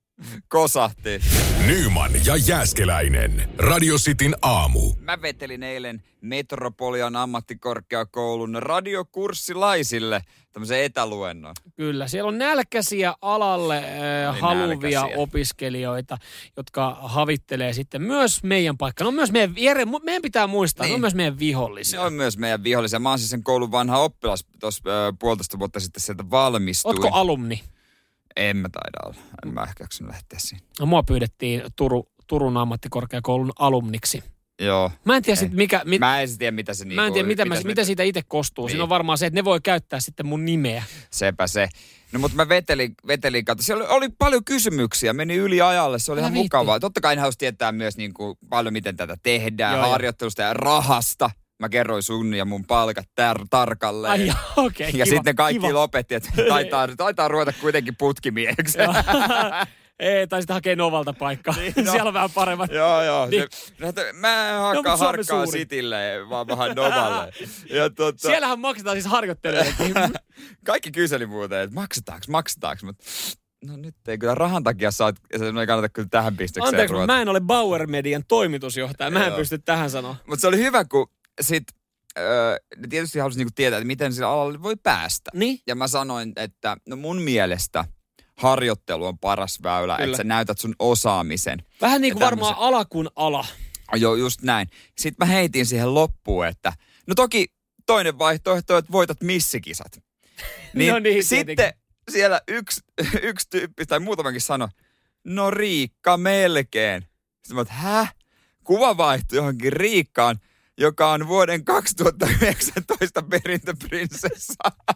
[SPEAKER 3] kosahti.
[SPEAKER 1] Nyman ja Jääskeläinen. Radio Cityn aamu.
[SPEAKER 3] Mä vetelin eilen Metropolian ammattikorkeakoulun radiokurssilaisille tämmöisen etäluennon.
[SPEAKER 2] Kyllä, siellä on nälkäisiä alalle haluvia opiskelijoita, jotka havittelee sitten myös meidän paikkaan. No myös meidän pitää muistaa, niin. Ne on myös meidän vihollisia.
[SPEAKER 3] Ne on myös meidän vihollisia. Mä oon siis sen koulun vanha oppilas tuossa 1,5 vuotta sitten sieltä valmistuin.
[SPEAKER 2] Ootko alumni?
[SPEAKER 3] En mä taida olla. En mä ehkä jaksanut lähteä siinä.
[SPEAKER 2] No, mua pyydettiin Turun ammattikorkeakoulun alumniksi.
[SPEAKER 3] Joo.
[SPEAKER 2] Mä en tiedä sitten
[SPEAKER 3] mä en tiedä, mitä se
[SPEAKER 2] mä en tiedä, mitä siitä itse kostuu. Niin. Siinä on varmaan se, että ne voi käyttää sitten mun nimeä.
[SPEAKER 3] Sepä se. No mutta mä vetelin kato. Siellä oli paljon kysymyksiä, meni yli ajalle, se oli ihan mukavaa. Totta kai en halusi tietää myös niin kuin paljon, miten tätä tehdään, harjoittelusta ja rahasta. Mä kerroin sun ja mun palkat tarkalleen.
[SPEAKER 2] Ai okei,
[SPEAKER 3] ja sitten kaikki lopetti, että taitaa ruveta kuitenkin putkimieheksi.
[SPEAKER 2] Ei, taisit hakea Novalta paikkaa. Niin, siellä on vähän paremmat.
[SPEAKER 3] Joo.
[SPEAKER 2] Niin.
[SPEAKER 3] Mä harkkaan Citylle, vaan vähän Novalle.
[SPEAKER 2] Siellähän maksetaan siis harjoittelijoillekin.
[SPEAKER 3] Kaikki kyseli muuten, että maksetaanko, mutta no nyt ei kyllä rahan takia saa, ei kannata kyllä tähän pistekseen.
[SPEAKER 2] Anteeksi, mutta mä en ole Bauer Median toimitusjohtaja. Mä en pysty tähän sanoa.
[SPEAKER 3] Mutta se oli hyvä, kun tietysti halusin niinku tietää, että miten sillä alalle voi päästä.
[SPEAKER 2] Niin?
[SPEAKER 3] Ja mä sanoin, että no mun mielestä harjoittelu on paras väylä, kyllä. Että sä näytät sun osaamisen.
[SPEAKER 2] Vähän niin kuin varmaan ala kuin ala.
[SPEAKER 3] Joo, just näin. Sitten mä heitin siihen loppuun, että no toki toinen vaihtoehto, että voitat missikisat. Niin,
[SPEAKER 2] no niin,
[SPEAKER 3] sitten tietenkin. Siellä yksi tyyppi tai muutamankin sanoi, no Riikka melkein. Sitten mä oon, kuva vaihtui johonkin Riikkaan, joka on vuoden 2019 perintöprinsessa.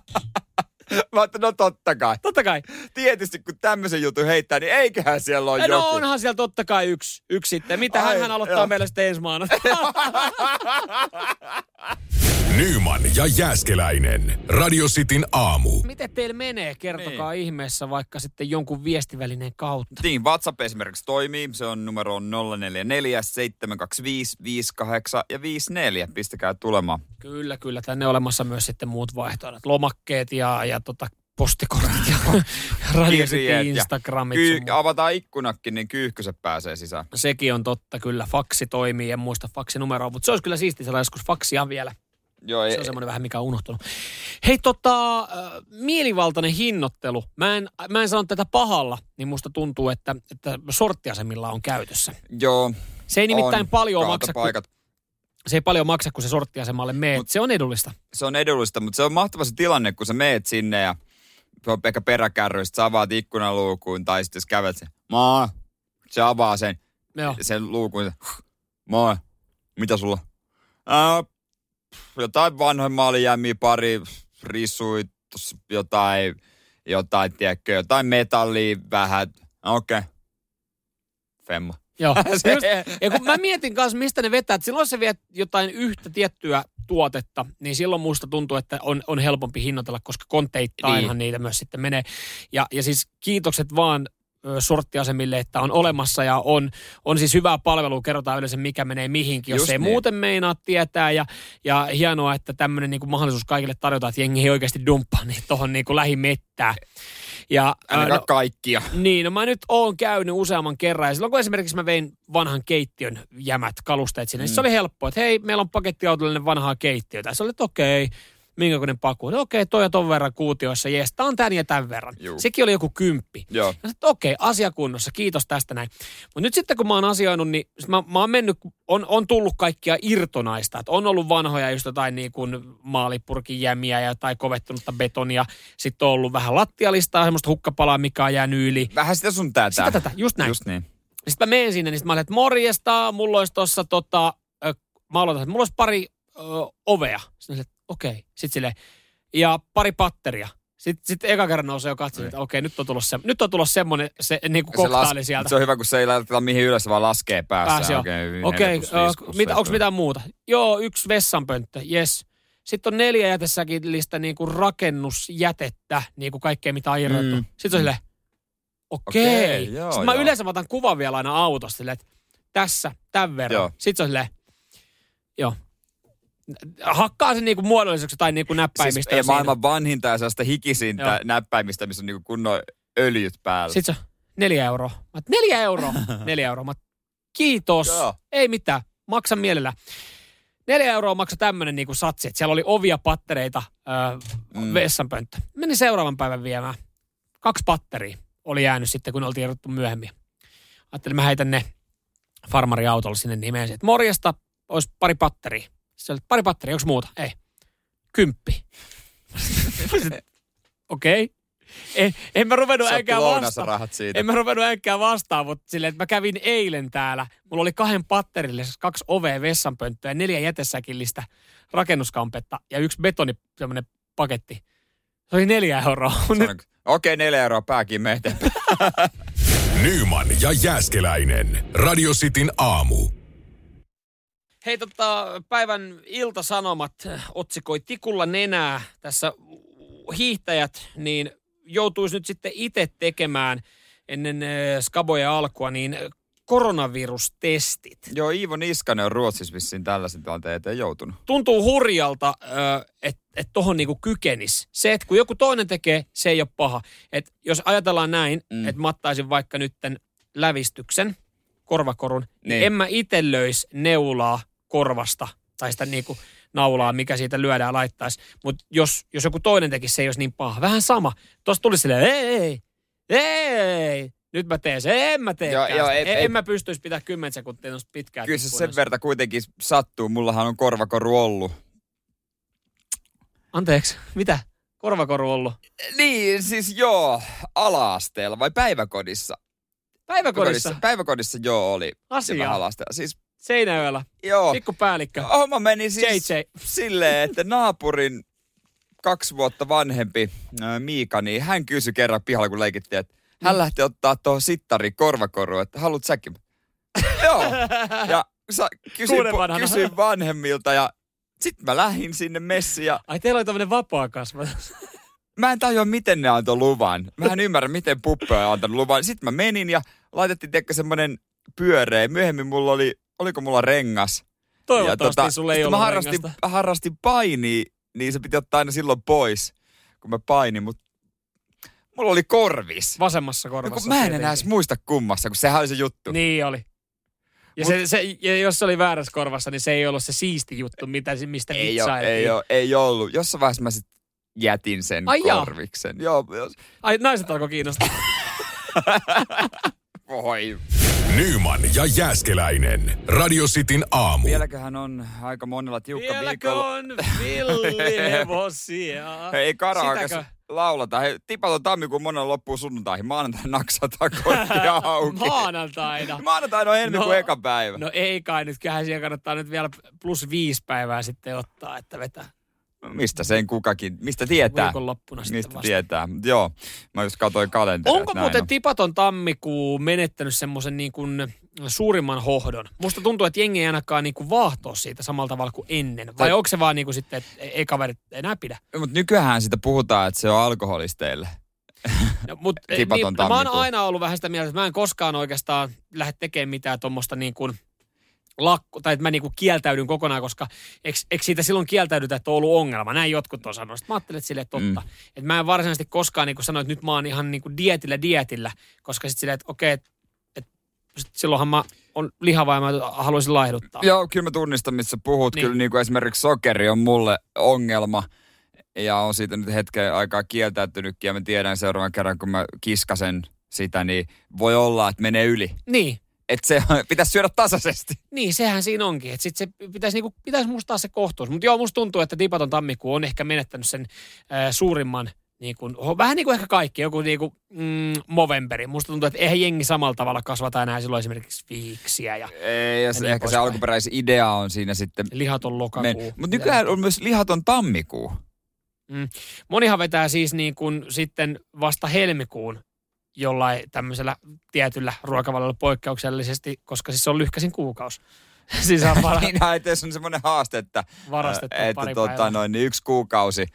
[SPEAKER 3] Mä ajattelin, no totta kai.
[SPEAKER 2] Totta kai.
[SPEAKER 3] Tietysti kun tämmöisen jutun heittää, niin eiköhän siellä ole joku.
[SPEAKER 2] No onhan siellä totta kai yksi sitten. Mitä hän aloittaa meille sitten ensi maana?
[SPEAKER 1] Nyman ja Jääskeläinen. Radio Cityn aamu.
[SPEAKER 2] Miten teillä menee? Kertokaa ihmeessä vaikka sitten jonkun viestivälinen kautta.
[SPEAKER 3] Niin, WhatsApp esimerkiksi toimii. Se on numero 044 725 58 ja 54. Pistäkää tulemaan.
[SPEAKER 2] Kyllä. Tänne olemassa myös sitten muut vaihtoehdot. Lomakkeet ja postikortit ja Radio City Instagramit.
[SPEAKER 3] Avataan ikkunakin, niin kyyhkyset pääsee sisään.
[SPEAKER 2] Sekin on totta, kyllä. Faksi toimii, en muista faksinumeroa, mutta se olisi kyllä siistiä saada joskus faksia vielä.
[SPEAKER 3] Joo,
[SPEAKER 2] se on semmoinen vähän, mikä on unohtunut. Hei, mielivaltainen hinnoittelu. Mä en sano tätä pahalla, niin musta tuntuu, että sorttiasemilla on käytössä.
[SPEAKER 3] Joo.
[SPEAKER 2] Se ei nimittäin paljon maksa. Se ei paljon maksa, kun se sorttiasemalle meet. Se on edullista.
[SPEAKER 3] Se on edullista, mutta se on mahtava se tilanne, kun sä meet sinne ja se on ehkä peräkärryistä, sä avaat ikkunaluukuun tai sitten jos kävet sen. Se avaa sen luukun. Mitä sulla? Jotain vanhoja maalijämmiä, pari risuja, jotain, tiedätkö, jotain metallia vähän. Okei. Femma.
[SPEAKER 2] Joo. Ja kun mä mietin kanssa, mistä ne vetää, että silloin se viet jotain yhtä tiettyä tuotetta, niin silloin musta tuntuu, että on helpompi hinnoitella, koska konteittainhan niitä myös sitten menee. Ja siis kiitokset vaan sorttiasemille, että on olemassa ja on siis hyvää palvelua, kerrotaan yleensä mikä menee mihinkin, jos ei muuten meinaa tietää ja hienoa, että tämmöinen niinku mahdollisuus kaikille tarjotaan, että jengi ei oikeasti dumppaa niin tuohon niinku lähimettään. Ja,
[SPEAKER 3] kaikkia.
[SPEAKER 2] Niin, no mä nyt oon käynyt useamman kerran ja silloin kun esimerkiksi mä vein vanhan keittiön jämät, kalusteet sinne, niin se oli helppoa, että hei, meillä on pakettiautollinen vanhaa keittiötä. Ja se oli, että okei, minkäkoinen paku. Okei, toi ja ton verran kuutioissa, jes, tää on tän ja tän verran. Juu. Sekin oli joku 10.
[SPEAKER 3] Joo.
[SPEAKER 2] Ja sitten okei, asiakunnossa, kiitos tästä näin. Mutta nyt sitten kun mä oon asioinut, niin mä oon mennyt, on tullut kaikkia irtonaista. Että on ollut vanhoja just jotain niin kuin maalipurkin jämiä ja jotain kovettunutta betonia. Sitten on ollut vähän lattialistaa, semmoista hukkapalaa, mikä on jäänyt yli.
[SPEAKER 3] Vähän sitä sun tätä.
[SPEAKER 2] Sitä tätä, just näin.
[SPEAKER 3] Just niin.
[SPEAKER 2] Sitten mä menen sinne, niin sitten mä olen, että morjesta, mulla olisi tossa mä aloitan, että mulla olisi pari ovea. Sitten okei. Sitten silleen, ja pari patteria. Sitten eka kerran nousee jo katsomaan, että okei, nyt on tullut semmoinen se niinku koktaili sieltä.
[SPEAKER 3] Se on hyvä, kun se ei laiteta mihin ylös, vaan laskee päässä.
[SPEAKER 2] Okei, onko mitään muuta? Joo, 1 vessanpönttö, yes. Sitten on 4 jätesäkillistä niinku rakennusjätettä, niinku kaikkea mitä on irrottu. Sitten on silleen, okei. Sitten mä yleensä otan kuvan vielä aina autosta silleen, että tässä, tämän verran. Joo. Sitten se on silleen, joo. Hakkaa sen niinku muodolliseksi tai niinku näppäimistä.
[SPEAKER 3] Siis maailman vanhinta ja sellaista hikisintä näppäimistä, missä on niinku kunnon öljyt päällä.
[SPEAKER 2] Sitten se 4 euroa. 4 euroa. 4 euroa. Kiitos. Joo. Ei mitään. Maksan mielellä. 4 euroa maksoi tämmönen niinku satsi, että siellä oli ovia, pattereita, vessanpönttö. Menin seuraavan päivän viemään. 2 patteria oli jäänyt sitten, kun oltiin irrottu myöhemmin. Ajattelin, mä heitän ne farmariautolla sinne nimeen. Että morjesta, olisi pari patteria. Se oli pari patteria, onko muuta? Ei. 10. Okei. En mä ruvennut änkään vastaan, mutta silleen, että mä kävin eilen täällä. Mulla oli 2 patterille, 2 ovea, vessanpönttöä, 4 jätesäkillistä rakennuskampetta ja 1 betoni, semmoinen paketti. Se oli 4 euroa.
[SPEAKER 3] Okei, 4 euroa pääkin me eteenpäin.
[SPEAKER 1] Nyman ja Jääskeläinen. Radio Cityn aamu.
[SPEAKER 2] Hei, päivän Ilta-Sanomat otsikoi tikulla nenää. Tässä hiihtäjät niin joutuisi nyt sitten itse tekemään ennen skabojen alkua niin koronavirustestit.
[SPEAKER 3] Joo, Iivo Niskanen on Ruotsissa vissiin tällaisen tilanteen eteen joutunut.
[SPEAKER 2] Tuntuu hurjalta, että tohon niinku kykenisi. Se, että kun joku toinen tekee, se ei ole paha. Et jos ajatellaan näin, että mä ottaisin vaikka nytten lävistyksen, korvakorun, niin en mä itse löisi neulaa korvasta tai sitä niinku naulaa, mikä siitä lyödään laittaisi. Mutta jos joku toinen tekisi, se ei olisi niin paha. Vähän sama. Tuossa tuli silleen, ei. Nyt mä teen sen, en mä tee. En mä pystyisi pitää 10 sekuntia noista pitkään.
[SPEAKER 3] Kyllä se sen verran kuitenkin sattuu. Mullahan on korvakoru ollut.
[SPEAKER 2] Anteeksi, mitä? Korvakoru ollut?
[SPEAKER 3] Niin, siis ala-asteella vai päiväkodissa? Päiväkodissa oli.
[SPEAKER 2] Asia.
[SPEAKER 3] Siis
[SPEAKER 2] Seinäjoella.
[SPEAKER 3] Joo.
[SPEAKER 2] Pikkupäällikkö.
[SPEAKER 3] Homma meni siis silleen, että naapurin 2 vuotta vanhempi Miika, niin hän kysyi kerran pihalla, kun leikittiin, että hän lähti ottaa tuohon sittariin korvakoruun, että haluat säkin? Joo. Ja kysyin vanhemmilta ja Sitten mä lähdin sinne messiin ja
[SPEAKER 2] Ai teillä oli tämmöinen vapaa kasvatus.
[SPEAKER 3] mä en tajua, miten ne antoi luvan. Mä en ymmärrä, miten Puppe on antanut luvan. Sitten mä menin ja laitettiin semmoinen pyöreä. Myöhemmin oliko mulla rengas?
[SPEAKER 2] Toivottavasti sulle ei ollut rengasta.
[SPEAKER 3] Mä harrastin painia, niin se piti ottaa aina silloin pois, kun mä painin. Mutta mulla oli korvis.
[SPEAKER 2] Vasemmassa korvassa.
[SPEAKER 3] Mä en enää edes muista kummassa, kun sehän oli se juttu.
[SPEAKER 2] Niin oli. Ja, ja jos se oli väärässä korvassa, niin se ei ollut se siisti juttu, mistä vitsailtiin.
[SPEAKER 3] Ei ollut. Jossain vaiheessa mä sitten jätin sen korviksen. Joo.
[SPEAKER 2] Ai, naiset alkoi kiinnostaa.
[SPEAKER 3] Voi.
[SPEAKER 1] Nyman ja Jääskeläinen. Radio Cityn aamu.
[SPEAKER 3] Vieläköhän on aika monella tiukka viikolla.
[SPEAKER 2] Vieläkö on villihevosia?
[SPEAKER 3] Hei, karaoke laulata. Hei, tipaton tammikuun monella loppuu sunnuntaihin. Maanantaina naksataan korttia auki. Maanantaina on helmikuun eka päivä.
[SPEAKER 2] No ei kai nyt. Kyllähän siellä kannattaa nyt vielä +5 päivää sitten ottaa, että vetää.
[SPEAKER 3] Mistä sen kukakin, mistä tietää?
[SPEAKER 2] Viikonloppuna sitten
[SPEAKER 3] mistä
[SPEAKER 2] vasta.
[SPEAKER 3] Tietää. Joo, mä just katsoin kalenteria.
[SPEAKER 2] Onko muuten tipaton tammikuu menettänyt semmoisen niin kuin suurimman hohdon? Musta tuntuu, että jengi ei ainakaan niin kuin vaahtoa siitä samalla tavalla kuin ennen. Vai onko se vaan niin kuin sitten, että ei kaverit enää pidä?
[SPEAKER 3] Mutta nykyään sitä puhutaan, että se on alkoholisteille.
[SPEAKER 2] No, mä oon aina ollut vähän sitä mieltä, että mä en koskaan oikeastaan lähde tekemään mitään tuommoista niin kuin tai että mä niinku kieltäydyn kokonaan, koska eikö siitä silloin kieltäydytä, että on ollut ongelma? Näin jotkut on sanonut. Mä ajattelin, että silleen totta. Että mä en varsinaisesti koskaan niinku sano, että nyt mä oon ihan niinku dietillä, koska sitten silleen, että okei, että silloinhan mä on lihava ja mä haluaisin laihduttaa.
[SPEAKER 3] Joo, kyllä mä tunnistan, missä puhut. Niin. Kyllä niin kuin esimerkiksi sokeri on mulle ongelma. Ja on siitä nyt hetken aikaa kieltäytynytkin ja mä tiedän seuraavan kerran, kun mä kiskasen sitä, niin voi olla, että menee yli.
[SPEAKER 2] Niin.
[SPEAKER 3] Että se pitäisi syödä tasaisesti.
[SPEAKER 2] Niin, sehän siinä onkin. Että sitten se pitäisi muistaa se kohtuus. Mutta joo, musta tuntuu, että tipaton tammikuu on ehkä menettänyt sen suurimman, niin kuin, vähän niin kuin ehkä kaikki, joku niin kuin Movemberi. Musta tuntuu, että eihän jengi samalla tavalla kasvata enää silloin esimerkiksi viiksiä.
[SPEAKER 3] Ei, ja niin ehkä se alkuperäisidea on siinä sitten.
[SPEAKER 2] Lihaton lokakuu.
[SPEAKER 3] Mutta nykyään on myös lihaton tammikuu.
[SPEAKER 2] Monihan vetää siis niin kuin sitten vasta helmikuun jollain tämmöisellä tietyllä ruokavaliolla poikkeuksellisesti, koska siis se on lyhkäisin kuukausi. Siis on
[SPEAKER 3] niin, että jos on semmoinen haaste, että
[SPEAKER 2] pari päivää.
[SPEAKER 3] Niin 1 kuukausi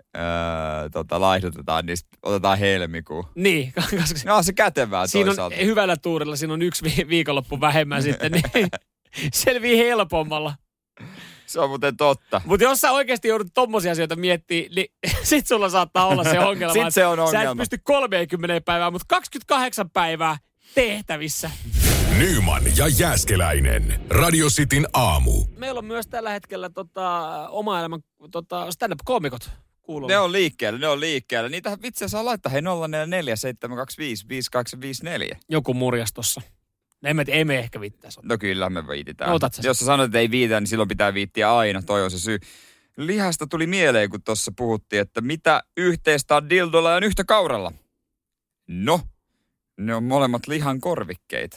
[SPEAKER 3] laihdutetaan, niin otetaan helmikuu.
[SPEAKER 2] Niin, koska
[SPEAKER 3] no se kätevää
[SPEAKER 2] toisaalta. Siinä on hyvällä tuurilla, siinä on 1 viikonloppu vähemmän sitten, niin selvii helpommalla.
[SPEAKER 3] Se on muuten totta.
[SPEAKER 2] Mutta jos sä oikeasti joudut tommosia asioita miettimään, niin sit sulla saattaa olla se ongelma.
[SPEAKER 3] Sit se on ongelma.
[SPEAKER 2] Sä et pysty 30 päivää, mutta 28 päivää tehtävissä.
[SPEAKER 1] Nyman ja Jääskeläinen. Radio Cityn aamu.
[SPEAKER 2] Meillä on myös tällä hetkellä oma elämän stand-up-koomikot kuulolla.
[SPEAKER 3] Ne on liikkeellä. Niitä vitsiä saa laittaa 044 725 5854.
[SPEAKER 2] Joku murjas tossa. Ei me ehkä viittäisi.
[SPEAKER 3] No kyllä me viititään.
[SPEAKER 2] Otat
[SPEAKER 3] jos sä sanot, että ei viititä, niin silloin pitää viittiä aina. Toi on se syy. Lihasta tuli mieleen, kun tuossa puhuttiin, että mitä yhteistä on dildolla ja yhtä kauralla. No, ne on molemmat lihan korvikkeita.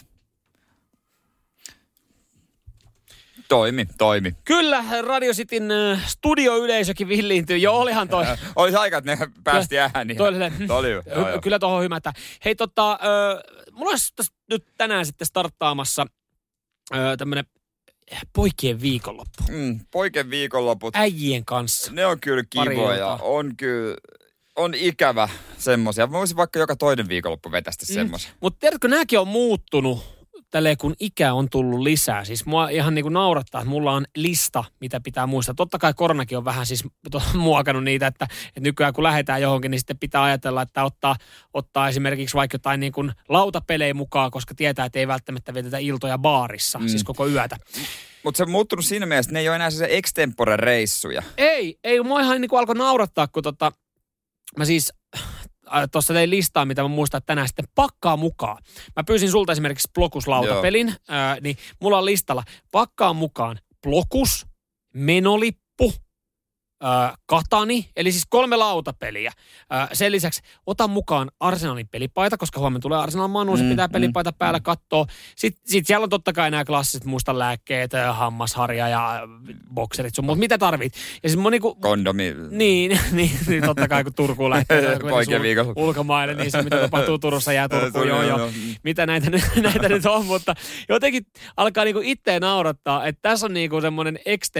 [SPEAKER 3] Toimi.
[SPEAKER 2] Kyllä, Radio Cityn studioyleisökin villiintyy. Joo, olihan toi.
[SPEAKER 3] Olisi aika, että ne päästi ääniin.
[SPEAKER 2] Kyllä tohon hymätä. Hei mulla olisi nyt tänään sitten starttaamassa tämmönen poikien viikonloppu.
[SPEAKER 3] Poikien viikonloput.
[SPEAKER 2] Äijien kanssa.
[SPEAKER 3] Ne on kyllä kivoja. On ikävä semmosia. Mä voisin vaikka joka toinen viikonloppu vetästä semmosia.
[SPEAKER 2] Mutta tiedätkö, nääkin on muuttunut tälleen, kun ikä on tullut lisää. Siis mua ihan niin kuin naurattaa, että mulla on lista, mitä pitää muistaa. Totta kai koronakin on vähän siis muokannut niitä, että nykyään kun lähdetään johonkin, niin sitten pitää ajatella, että ottaa esimerkiksi vaikka jotain niin kuin lautapelejä mukaan, koska tietää, että ei välttämättä vietetä iltoja baarissa, siis koko yötä.
[SPEAKER 3] Mutta se on muuttunut siinä mielessä, että ne ei ole enää se extempore-reissuja.
[SPEAKER 2] Ei, mua ihan niin kuin alkoi naurattaa, kun mä siis tuossa tein listaa, mitä mä muistan, että tänään sitten pakkaa mukaan. Mä pyysin sulta esimerkiksi Blokus-lautapelin, niin mulla on listalla pakkaa mukaan Blokus, menolippu, Katani, eli siis 3 lautapeliä. Sen lisäksi ota mukaan Arsenalin pelipaita, koska huomenna tulee Arsenal Manu, se pitää pelipaita päällä katsoa. Sitten siellä on totta kai nämä klassiset mustanlääkkeet, hammasharja ja bokserit sun, mutta mitä tarvit? Ja siis
[SPEAKER 3] kondomi.
[SPEAKER 2] Niin, totta kai kun Turkuun lähtee
[SPEAKER 3] ulkomaille,
[SPEAKER 2] niin se mitä tapahtuu Turussa jää Turkuun, joo. Mitä näitä nyt on, mutta jotenkin alkaa niinku itseä naurattaa, että tässä on niinku semmoinen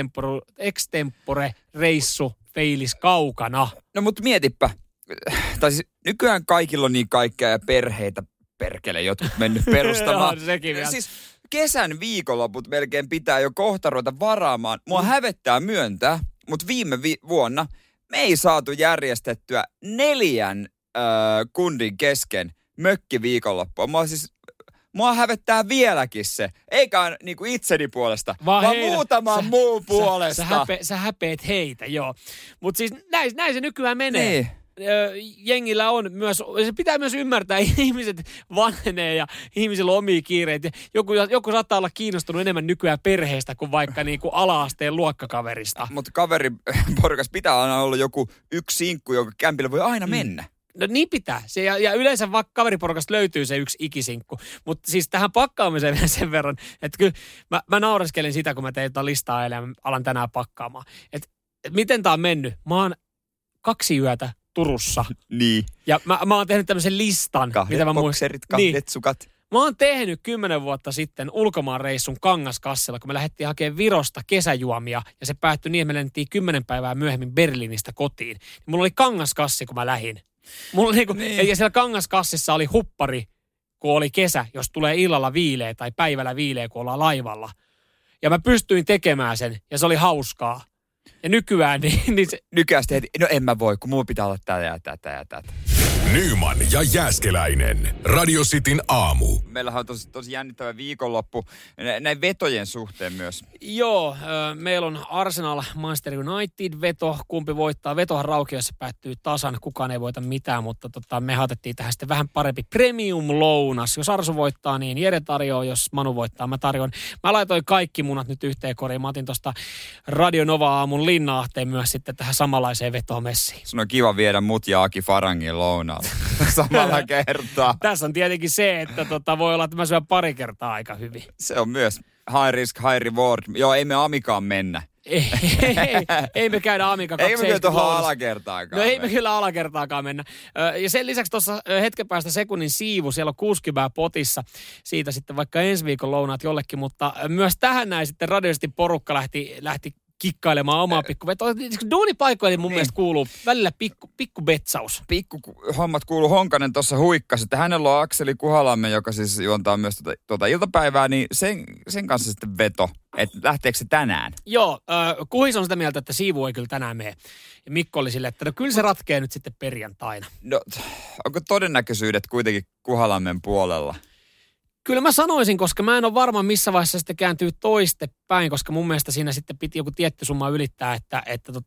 [SPEAKER 2] extempore reissu feilis kaukana.
[SPEAKER 3] No mutta mietipä, tai siis nykyään kaikilla on niin kaikkea ja perheitä perkele, jotkut mennyt perustamaan.
[SPEAKER 2] Sekin vielä.
[SPEAKER 3] Siis kesän viikonloput melkein pitää jo kohta ruveta varaamaan. Mua hävettää myöntää, mutta viime vuonna me ei saatu järjestettyä 4 kundin kesken mökkiviikonloppua. Mua hävettää vieläkin se. Eikä niinku itseni puolesta, vaan muutaman muun puolesta.
[SPEAKER 2] Sä häpeet heitä, joo. Mutta siis näin se nykyään menee.
[SPEAKER 3] Niin.
[SPEAKER 2] Jengillä on myös, se pitää myös ymmärtää, ihmiset vanhenee ja ihmisillä on omia kiireitä. Joku saattaa olla kiinnostunut enemmän nykyään perheestä kuin vaikka niinku ala-asteen luokkakaverista.
[SPEAKER 3] Mutta kaveriporukas pitää aina olla joku yksi sinkku, jonka kämpillä voi aina mennä.
[SPEAKER 2] No niin pitää. Ja yleensä vaikka kaveriporukasta löytyy se yksi ikisinkku. Mutta siis tähän pakkaamiseen vielä sen verran, että kyllä mä naureskelen sitä, kun mä tein listaa ja alan tänään pakkaamaan. Että miten tää on mennyt? Mä oon 2 yötä Turussa.
[SPEAKER 3] Niin.
[SPEAKER 2] Ja mä oon tehnyt tämmöisen listan.
[SPEAKER 3] 2 bokserit, 2 sukat.
[SPEAKER 2] Mä oon tehnyt 10 vuotta sitten ulkomaanreissun Kangaskassilla, kun me lähdettiin hakemaan Virosta kesäjuomia, ja se päättyi niin, että me lennettiin 10 päivää myöhemmin Berliinistä kotiin. Mulla oli Kangaskassi, kun mä lähdin. Mulla niin. Ja siellä Kangaskassissa oli huppari, kun oli kesä, jos tulee illalla viileä tai päivällä viileä, kun ollaan laivalla. Ja mä pystyin tekemään sen, ja se oli hauskaa. Ja nykyään niin se...
[SPEAKER 3] Nykyään heti, no en mä voi, kun mulla pitää olla tätä ja tätä ja tätä.
[SPEAKER 1] Nyman ja Jääskeläinen. Radio Cityn aamu.
[SPEAKER 3] Meillähän on tosi jännittävä viikonloppu näin vetojen suhteen myös.
[SPEAKER 2] Joo, meillä on Arsenal Manchester United veto. Kumpi voittaa? Vetohan Raukiossa päättyy tasan. Kukaan ei voita mitään, mutta me otettiin tähän sitten vähän parempi premium-lounas. Jos Arsu voittaa, niin Jere tarjoaa. Jos Manu voittaa, mä tarjoan. Mä laitoin kaikki munat nyt yhteen koriin. Mä otin tuosta Radio Nova-aamun Linnaahteen myös sitten tähän samanlaiseen vetoon messiin.
[SPEAKER 3] Sun on kiva viedä mut ja Aki Farangin lounaalle samalla kertaa.
[SPEAKER 2] Tässä on tietenkin se, että voi olla, että mä syön pari kertaa aika hyvin.
[SPEAKER 3] Se on myös high risk, high reward. Joo, ei me Amikaan mennä.
[SPEAKER 2] Ei me käydä Amikan 270.
[SPEAKER 3] Ei me kyllä tuohon alakertaakaan.
[SPEAKER 2] No ei me kyllä alakertaakaan mennä. Ja sen lisäksi tuossa hetken päästä sekunnin siivu, siellä on 60 potissa. Siitä sitten vaikka ensi viikon lounaat jollekin, mutta myös tähän näin sitten radioisesti porukka lähti kikkailemaan omaa pikkuvetoa. Duunipaikoille mun mielestä kuuluu välillä pikku betsaus.
[SPEAKER 3] Pikku hommat kuuluu. Honkanen tuossa huikkasi, että hänellä on Akseli Kuhalamme, joka siis juontaa myös tuota iltapäivää, niin sen kanssa sitten veto, että lähteekö se tänään?
[SPEAKER 2] Joo, Kuhis on sitä mieltä, että siivu ei kyllä tänään mene. Ja Mikko oli silleen, että no kyllä se ratkee nyt sitten perjantaina.
[SPEAKER 3] No, onko todennäköisyydet kuitenkin Kuhalammen puolella?
[SPEAKER 2] Kyllä mä sanoisin, koska mä en ole varma, missä vaiheessa sitten kääntyy toistepäin, koska mun mielestä siinä sitten piti joku tietty summa ylittää, että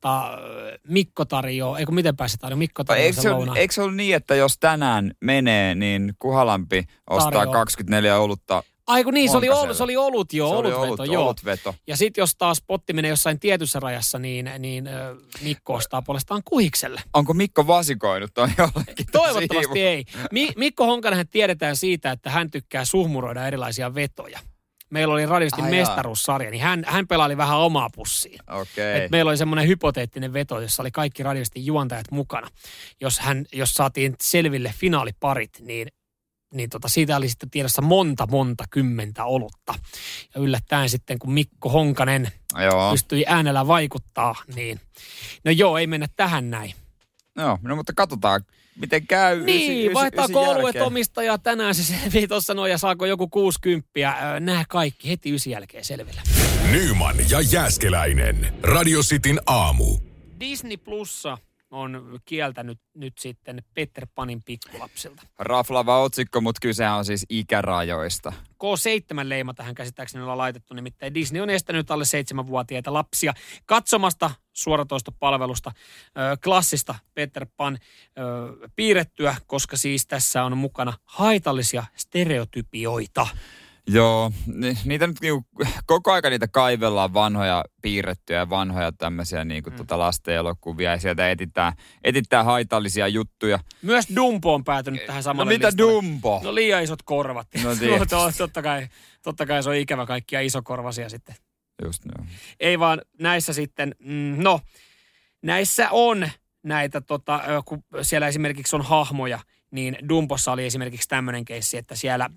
[SPEAKER 2] Mikko tarjoaa, eikö miten pääsi tarjoaa, Mikko tarjoaa sen lounaan.
[SPEAKER 3] Eikö se ollut niin, että jos tänään menee, niin Kuhalampi ostaa tarjoaa 24 olutta?
[SPEAKER 2] Aiku niin, se oli olut jo,
[SPEAKER 3] olutveto.
[SPEAKER 2] Ja sitten jos taas potti menee jossain tietyssä rajassa, niin Mikko ostaa puolestaan Kuhikselle.
[SPEAKER 3] Onko Mikko vasikoinut toi jollekin?
[SPEAKER 2] Toivottavasti ei. Mikko Honkanenhan tiedetään siitä, että hän tykkää suhmuroida erilaisia vetoja. Meillä oli radiosti mestaruussarja, niin hän pelaili vähän omaa pussiin.
[SPEAKER 3] Okay.
[SPEAKER 2] Meillä oli semmoinen hypoteettinen veto, jossa oli kaikki radiosti juontajat mukana. Jos saatiin selville finaaliparit, niin siitä oli sitten tiedossa monta kymmentä olutta. Ja yllättäen sitten, kun Mikko Honkanen pystyi äänellä vaikuttaa, niin no joo, ei mennä tähän näin.
[SPEAKER 3] No mutta katsotaan, miten käy.
[SPEAKER 2] Niin, vaihtaako oluet omistajaa tänään se selvii tuossa noin ja saako joku 60. Nämä kaikki heti 9 jälkeen selville.
[SPEAKER 1] Nyman ja Jääskeläinen. Radio Cityn aamu.
[SPEAKER 2] Disney Plussa on kieltänyt nyt sitten Peter Panin pikkulapsilta.
[SPEAKER 3] Raflava otsikko, mutta kysehän on siis ikärajoista.
[SPEAKER 2] K7-leima tähän käsittääkseni ollaan laitettu, nimittäin Disney on estänyt alle 7-vuotiaita lapsia katsomasta suoratoistopalvelusta klassista Peter Pan piirrettyä, koska siis tässä on mukana haitallisia stereotypioita.
[SPEAKER 3] Joo, niitä nyt niinku, koko aika niitä kaivellaan vanhoja piirrettyjä ja vanhoja tämmöisiä niinku lastenelokuvia ja sieltä etitään haitallisia juttuja.
[SPEAKER 2] Myös Dumbo on päätynyt tähän samalle
[SPEAKER 3] listalle.
[SPEAKER 2] listalle.
[SPEAKER 3] Dumbo?
[SPEAKER 2] No liian isot korvat.
[SPEAKER 3] No
[SPEAKER 2] totta kai se on ikävä kaikkia isokorvasia sitten.
[SPEAKER 3] Just joo.
[SPEAKER 2] Ei vaan näissä sitten, näissä on näitä, kun siellä esimerkiksi on hahmoja, niin Dumbossa oli esimerkiksi tämmöinen keissi, että siellä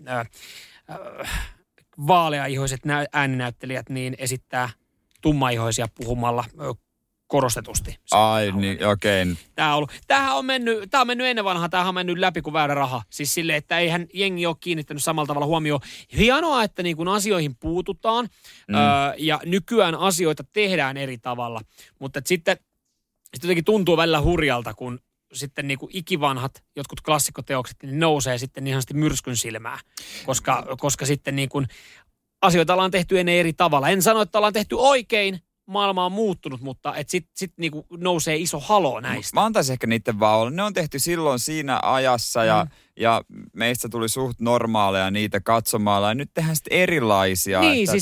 [SPEAKER 2] vaaleaihoiset ääninäyttelijät niin esittää tummaihoisia puhumalla korostetusti.
[SPEAKER 3] Ai niin, okei.
[SPEAKER 2] Tämä on mennyt ennen vanhaa, tämähän on mennyt läpi kuin väärä raha. Siis silleen, että eihän jengi ole kiinnittänyt samalla tavalla huomioon. Hienoa, että niin kun asioihin puututaan ja nykyään asioita tehdään eri tavalla. Mutta sitten jotenkin tuntuu välillä hurjalta, kun sitten niin kuin ikivanhat jotkut klassikkoteokset niin nousee sitten niin sanotusti myrskyn silmää. Koska sitten niin kuin asioita ollaan tehty ennen eri tavalla. En sano, että ollaan tehty oikein, maailma on muuttunut, mutta sitten niinku nousee iso haloo näistä.
[SPEAKER 3] Mä antaisin ehkä niiden vaan olla. Ne on tehty silloin siinä ajassa ja meistä tuli suht normaaleja niitä katsomalla. Ja nyt tehdään sitten erilaisia.
[SPEAKER 2] Niin,
[SPEAKER 3] että,
[SPEAKER 2] siis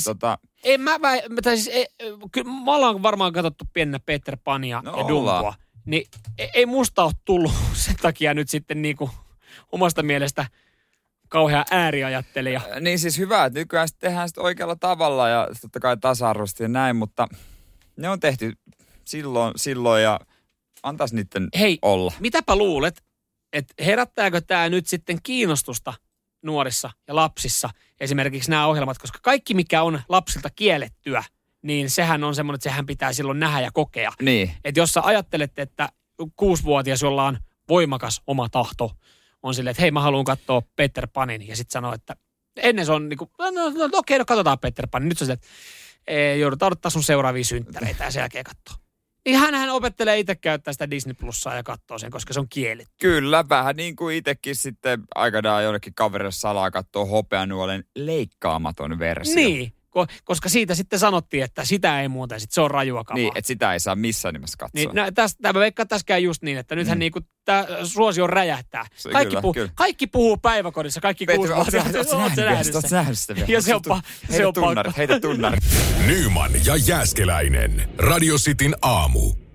[SPEAKER 2] kyllä me ollaan varmaan katsottu pienenä Peter Pania ja Dumboa. Niin ei musta ole tullut sen takia nyt sitten niinku omasta mielestä kauhea ääriajattelija.
[SPEAKER 3] Niin siis hyvä, että nykyään tehdään sitä oikealla tavalla ja totta kai tasa-arvoisesti ja näin, mutta ne on tehty silloin ja antaisi niiden olla.
[SPEAKER 2] Hei, mitäpä luulet, että herättääkö tämä nyt sitten kiinnostusta nuorissa ja lapsissa esimerkiksi nämä ohjelmat, koska kaikki mikä on lapsilta kiellettyä, niin sehän on semmoinen, että sehän pitää silloin nähdä ja kokea.
[SPEAKER 3] Niin.
[SPEAKER 2] Että jos sä ajattelet, että 6-vuotias, jolla on voimakas oma tahto, on silleen, että hei mä haluan katsoa Peter Panin ja sitten sanoo, että ennen se on niinku, okei, katsotaan Peter Panin. Nyt se on silleen, että joudutaan odottaa sun seuraavia synttäreitä ja sen jälkeen katsoa. Niin hän opettelee itse käyttää sitä Disney Plusaa ja katsoo sen, koska se on kielletty.
[SPEAKER 3] Kyllä, vähän niin kuin itsekin sitten aikanaan jonnekin kaverille salaa katsoo Hopeanuolen leikkaamaton versio.
[SPEAKER 2] Niin, koska siitä sitten sanottiin, että sitä ei muuten, sit se on rajua kamaa.
[SPEAKER 3] Niin, että sitä ei saa missään nimessä katsoa.
[SPEAKER 2] Niin, mä veikkaan tässä käy just niin, että nythän niinku tämä suosio räjähtää. Kaikki puhuu päiväkodissa, kaikki 6-vuotiaat.
[SPEAKER 3] Oletko nähnyt sitä vielä?
[SPEAKER 2] Ja se on
[SPEAKER 3] Heitä tunnarit.
[SPEAKER 1] Nyman ja Jääskeläinen. Radio Cityn aamu.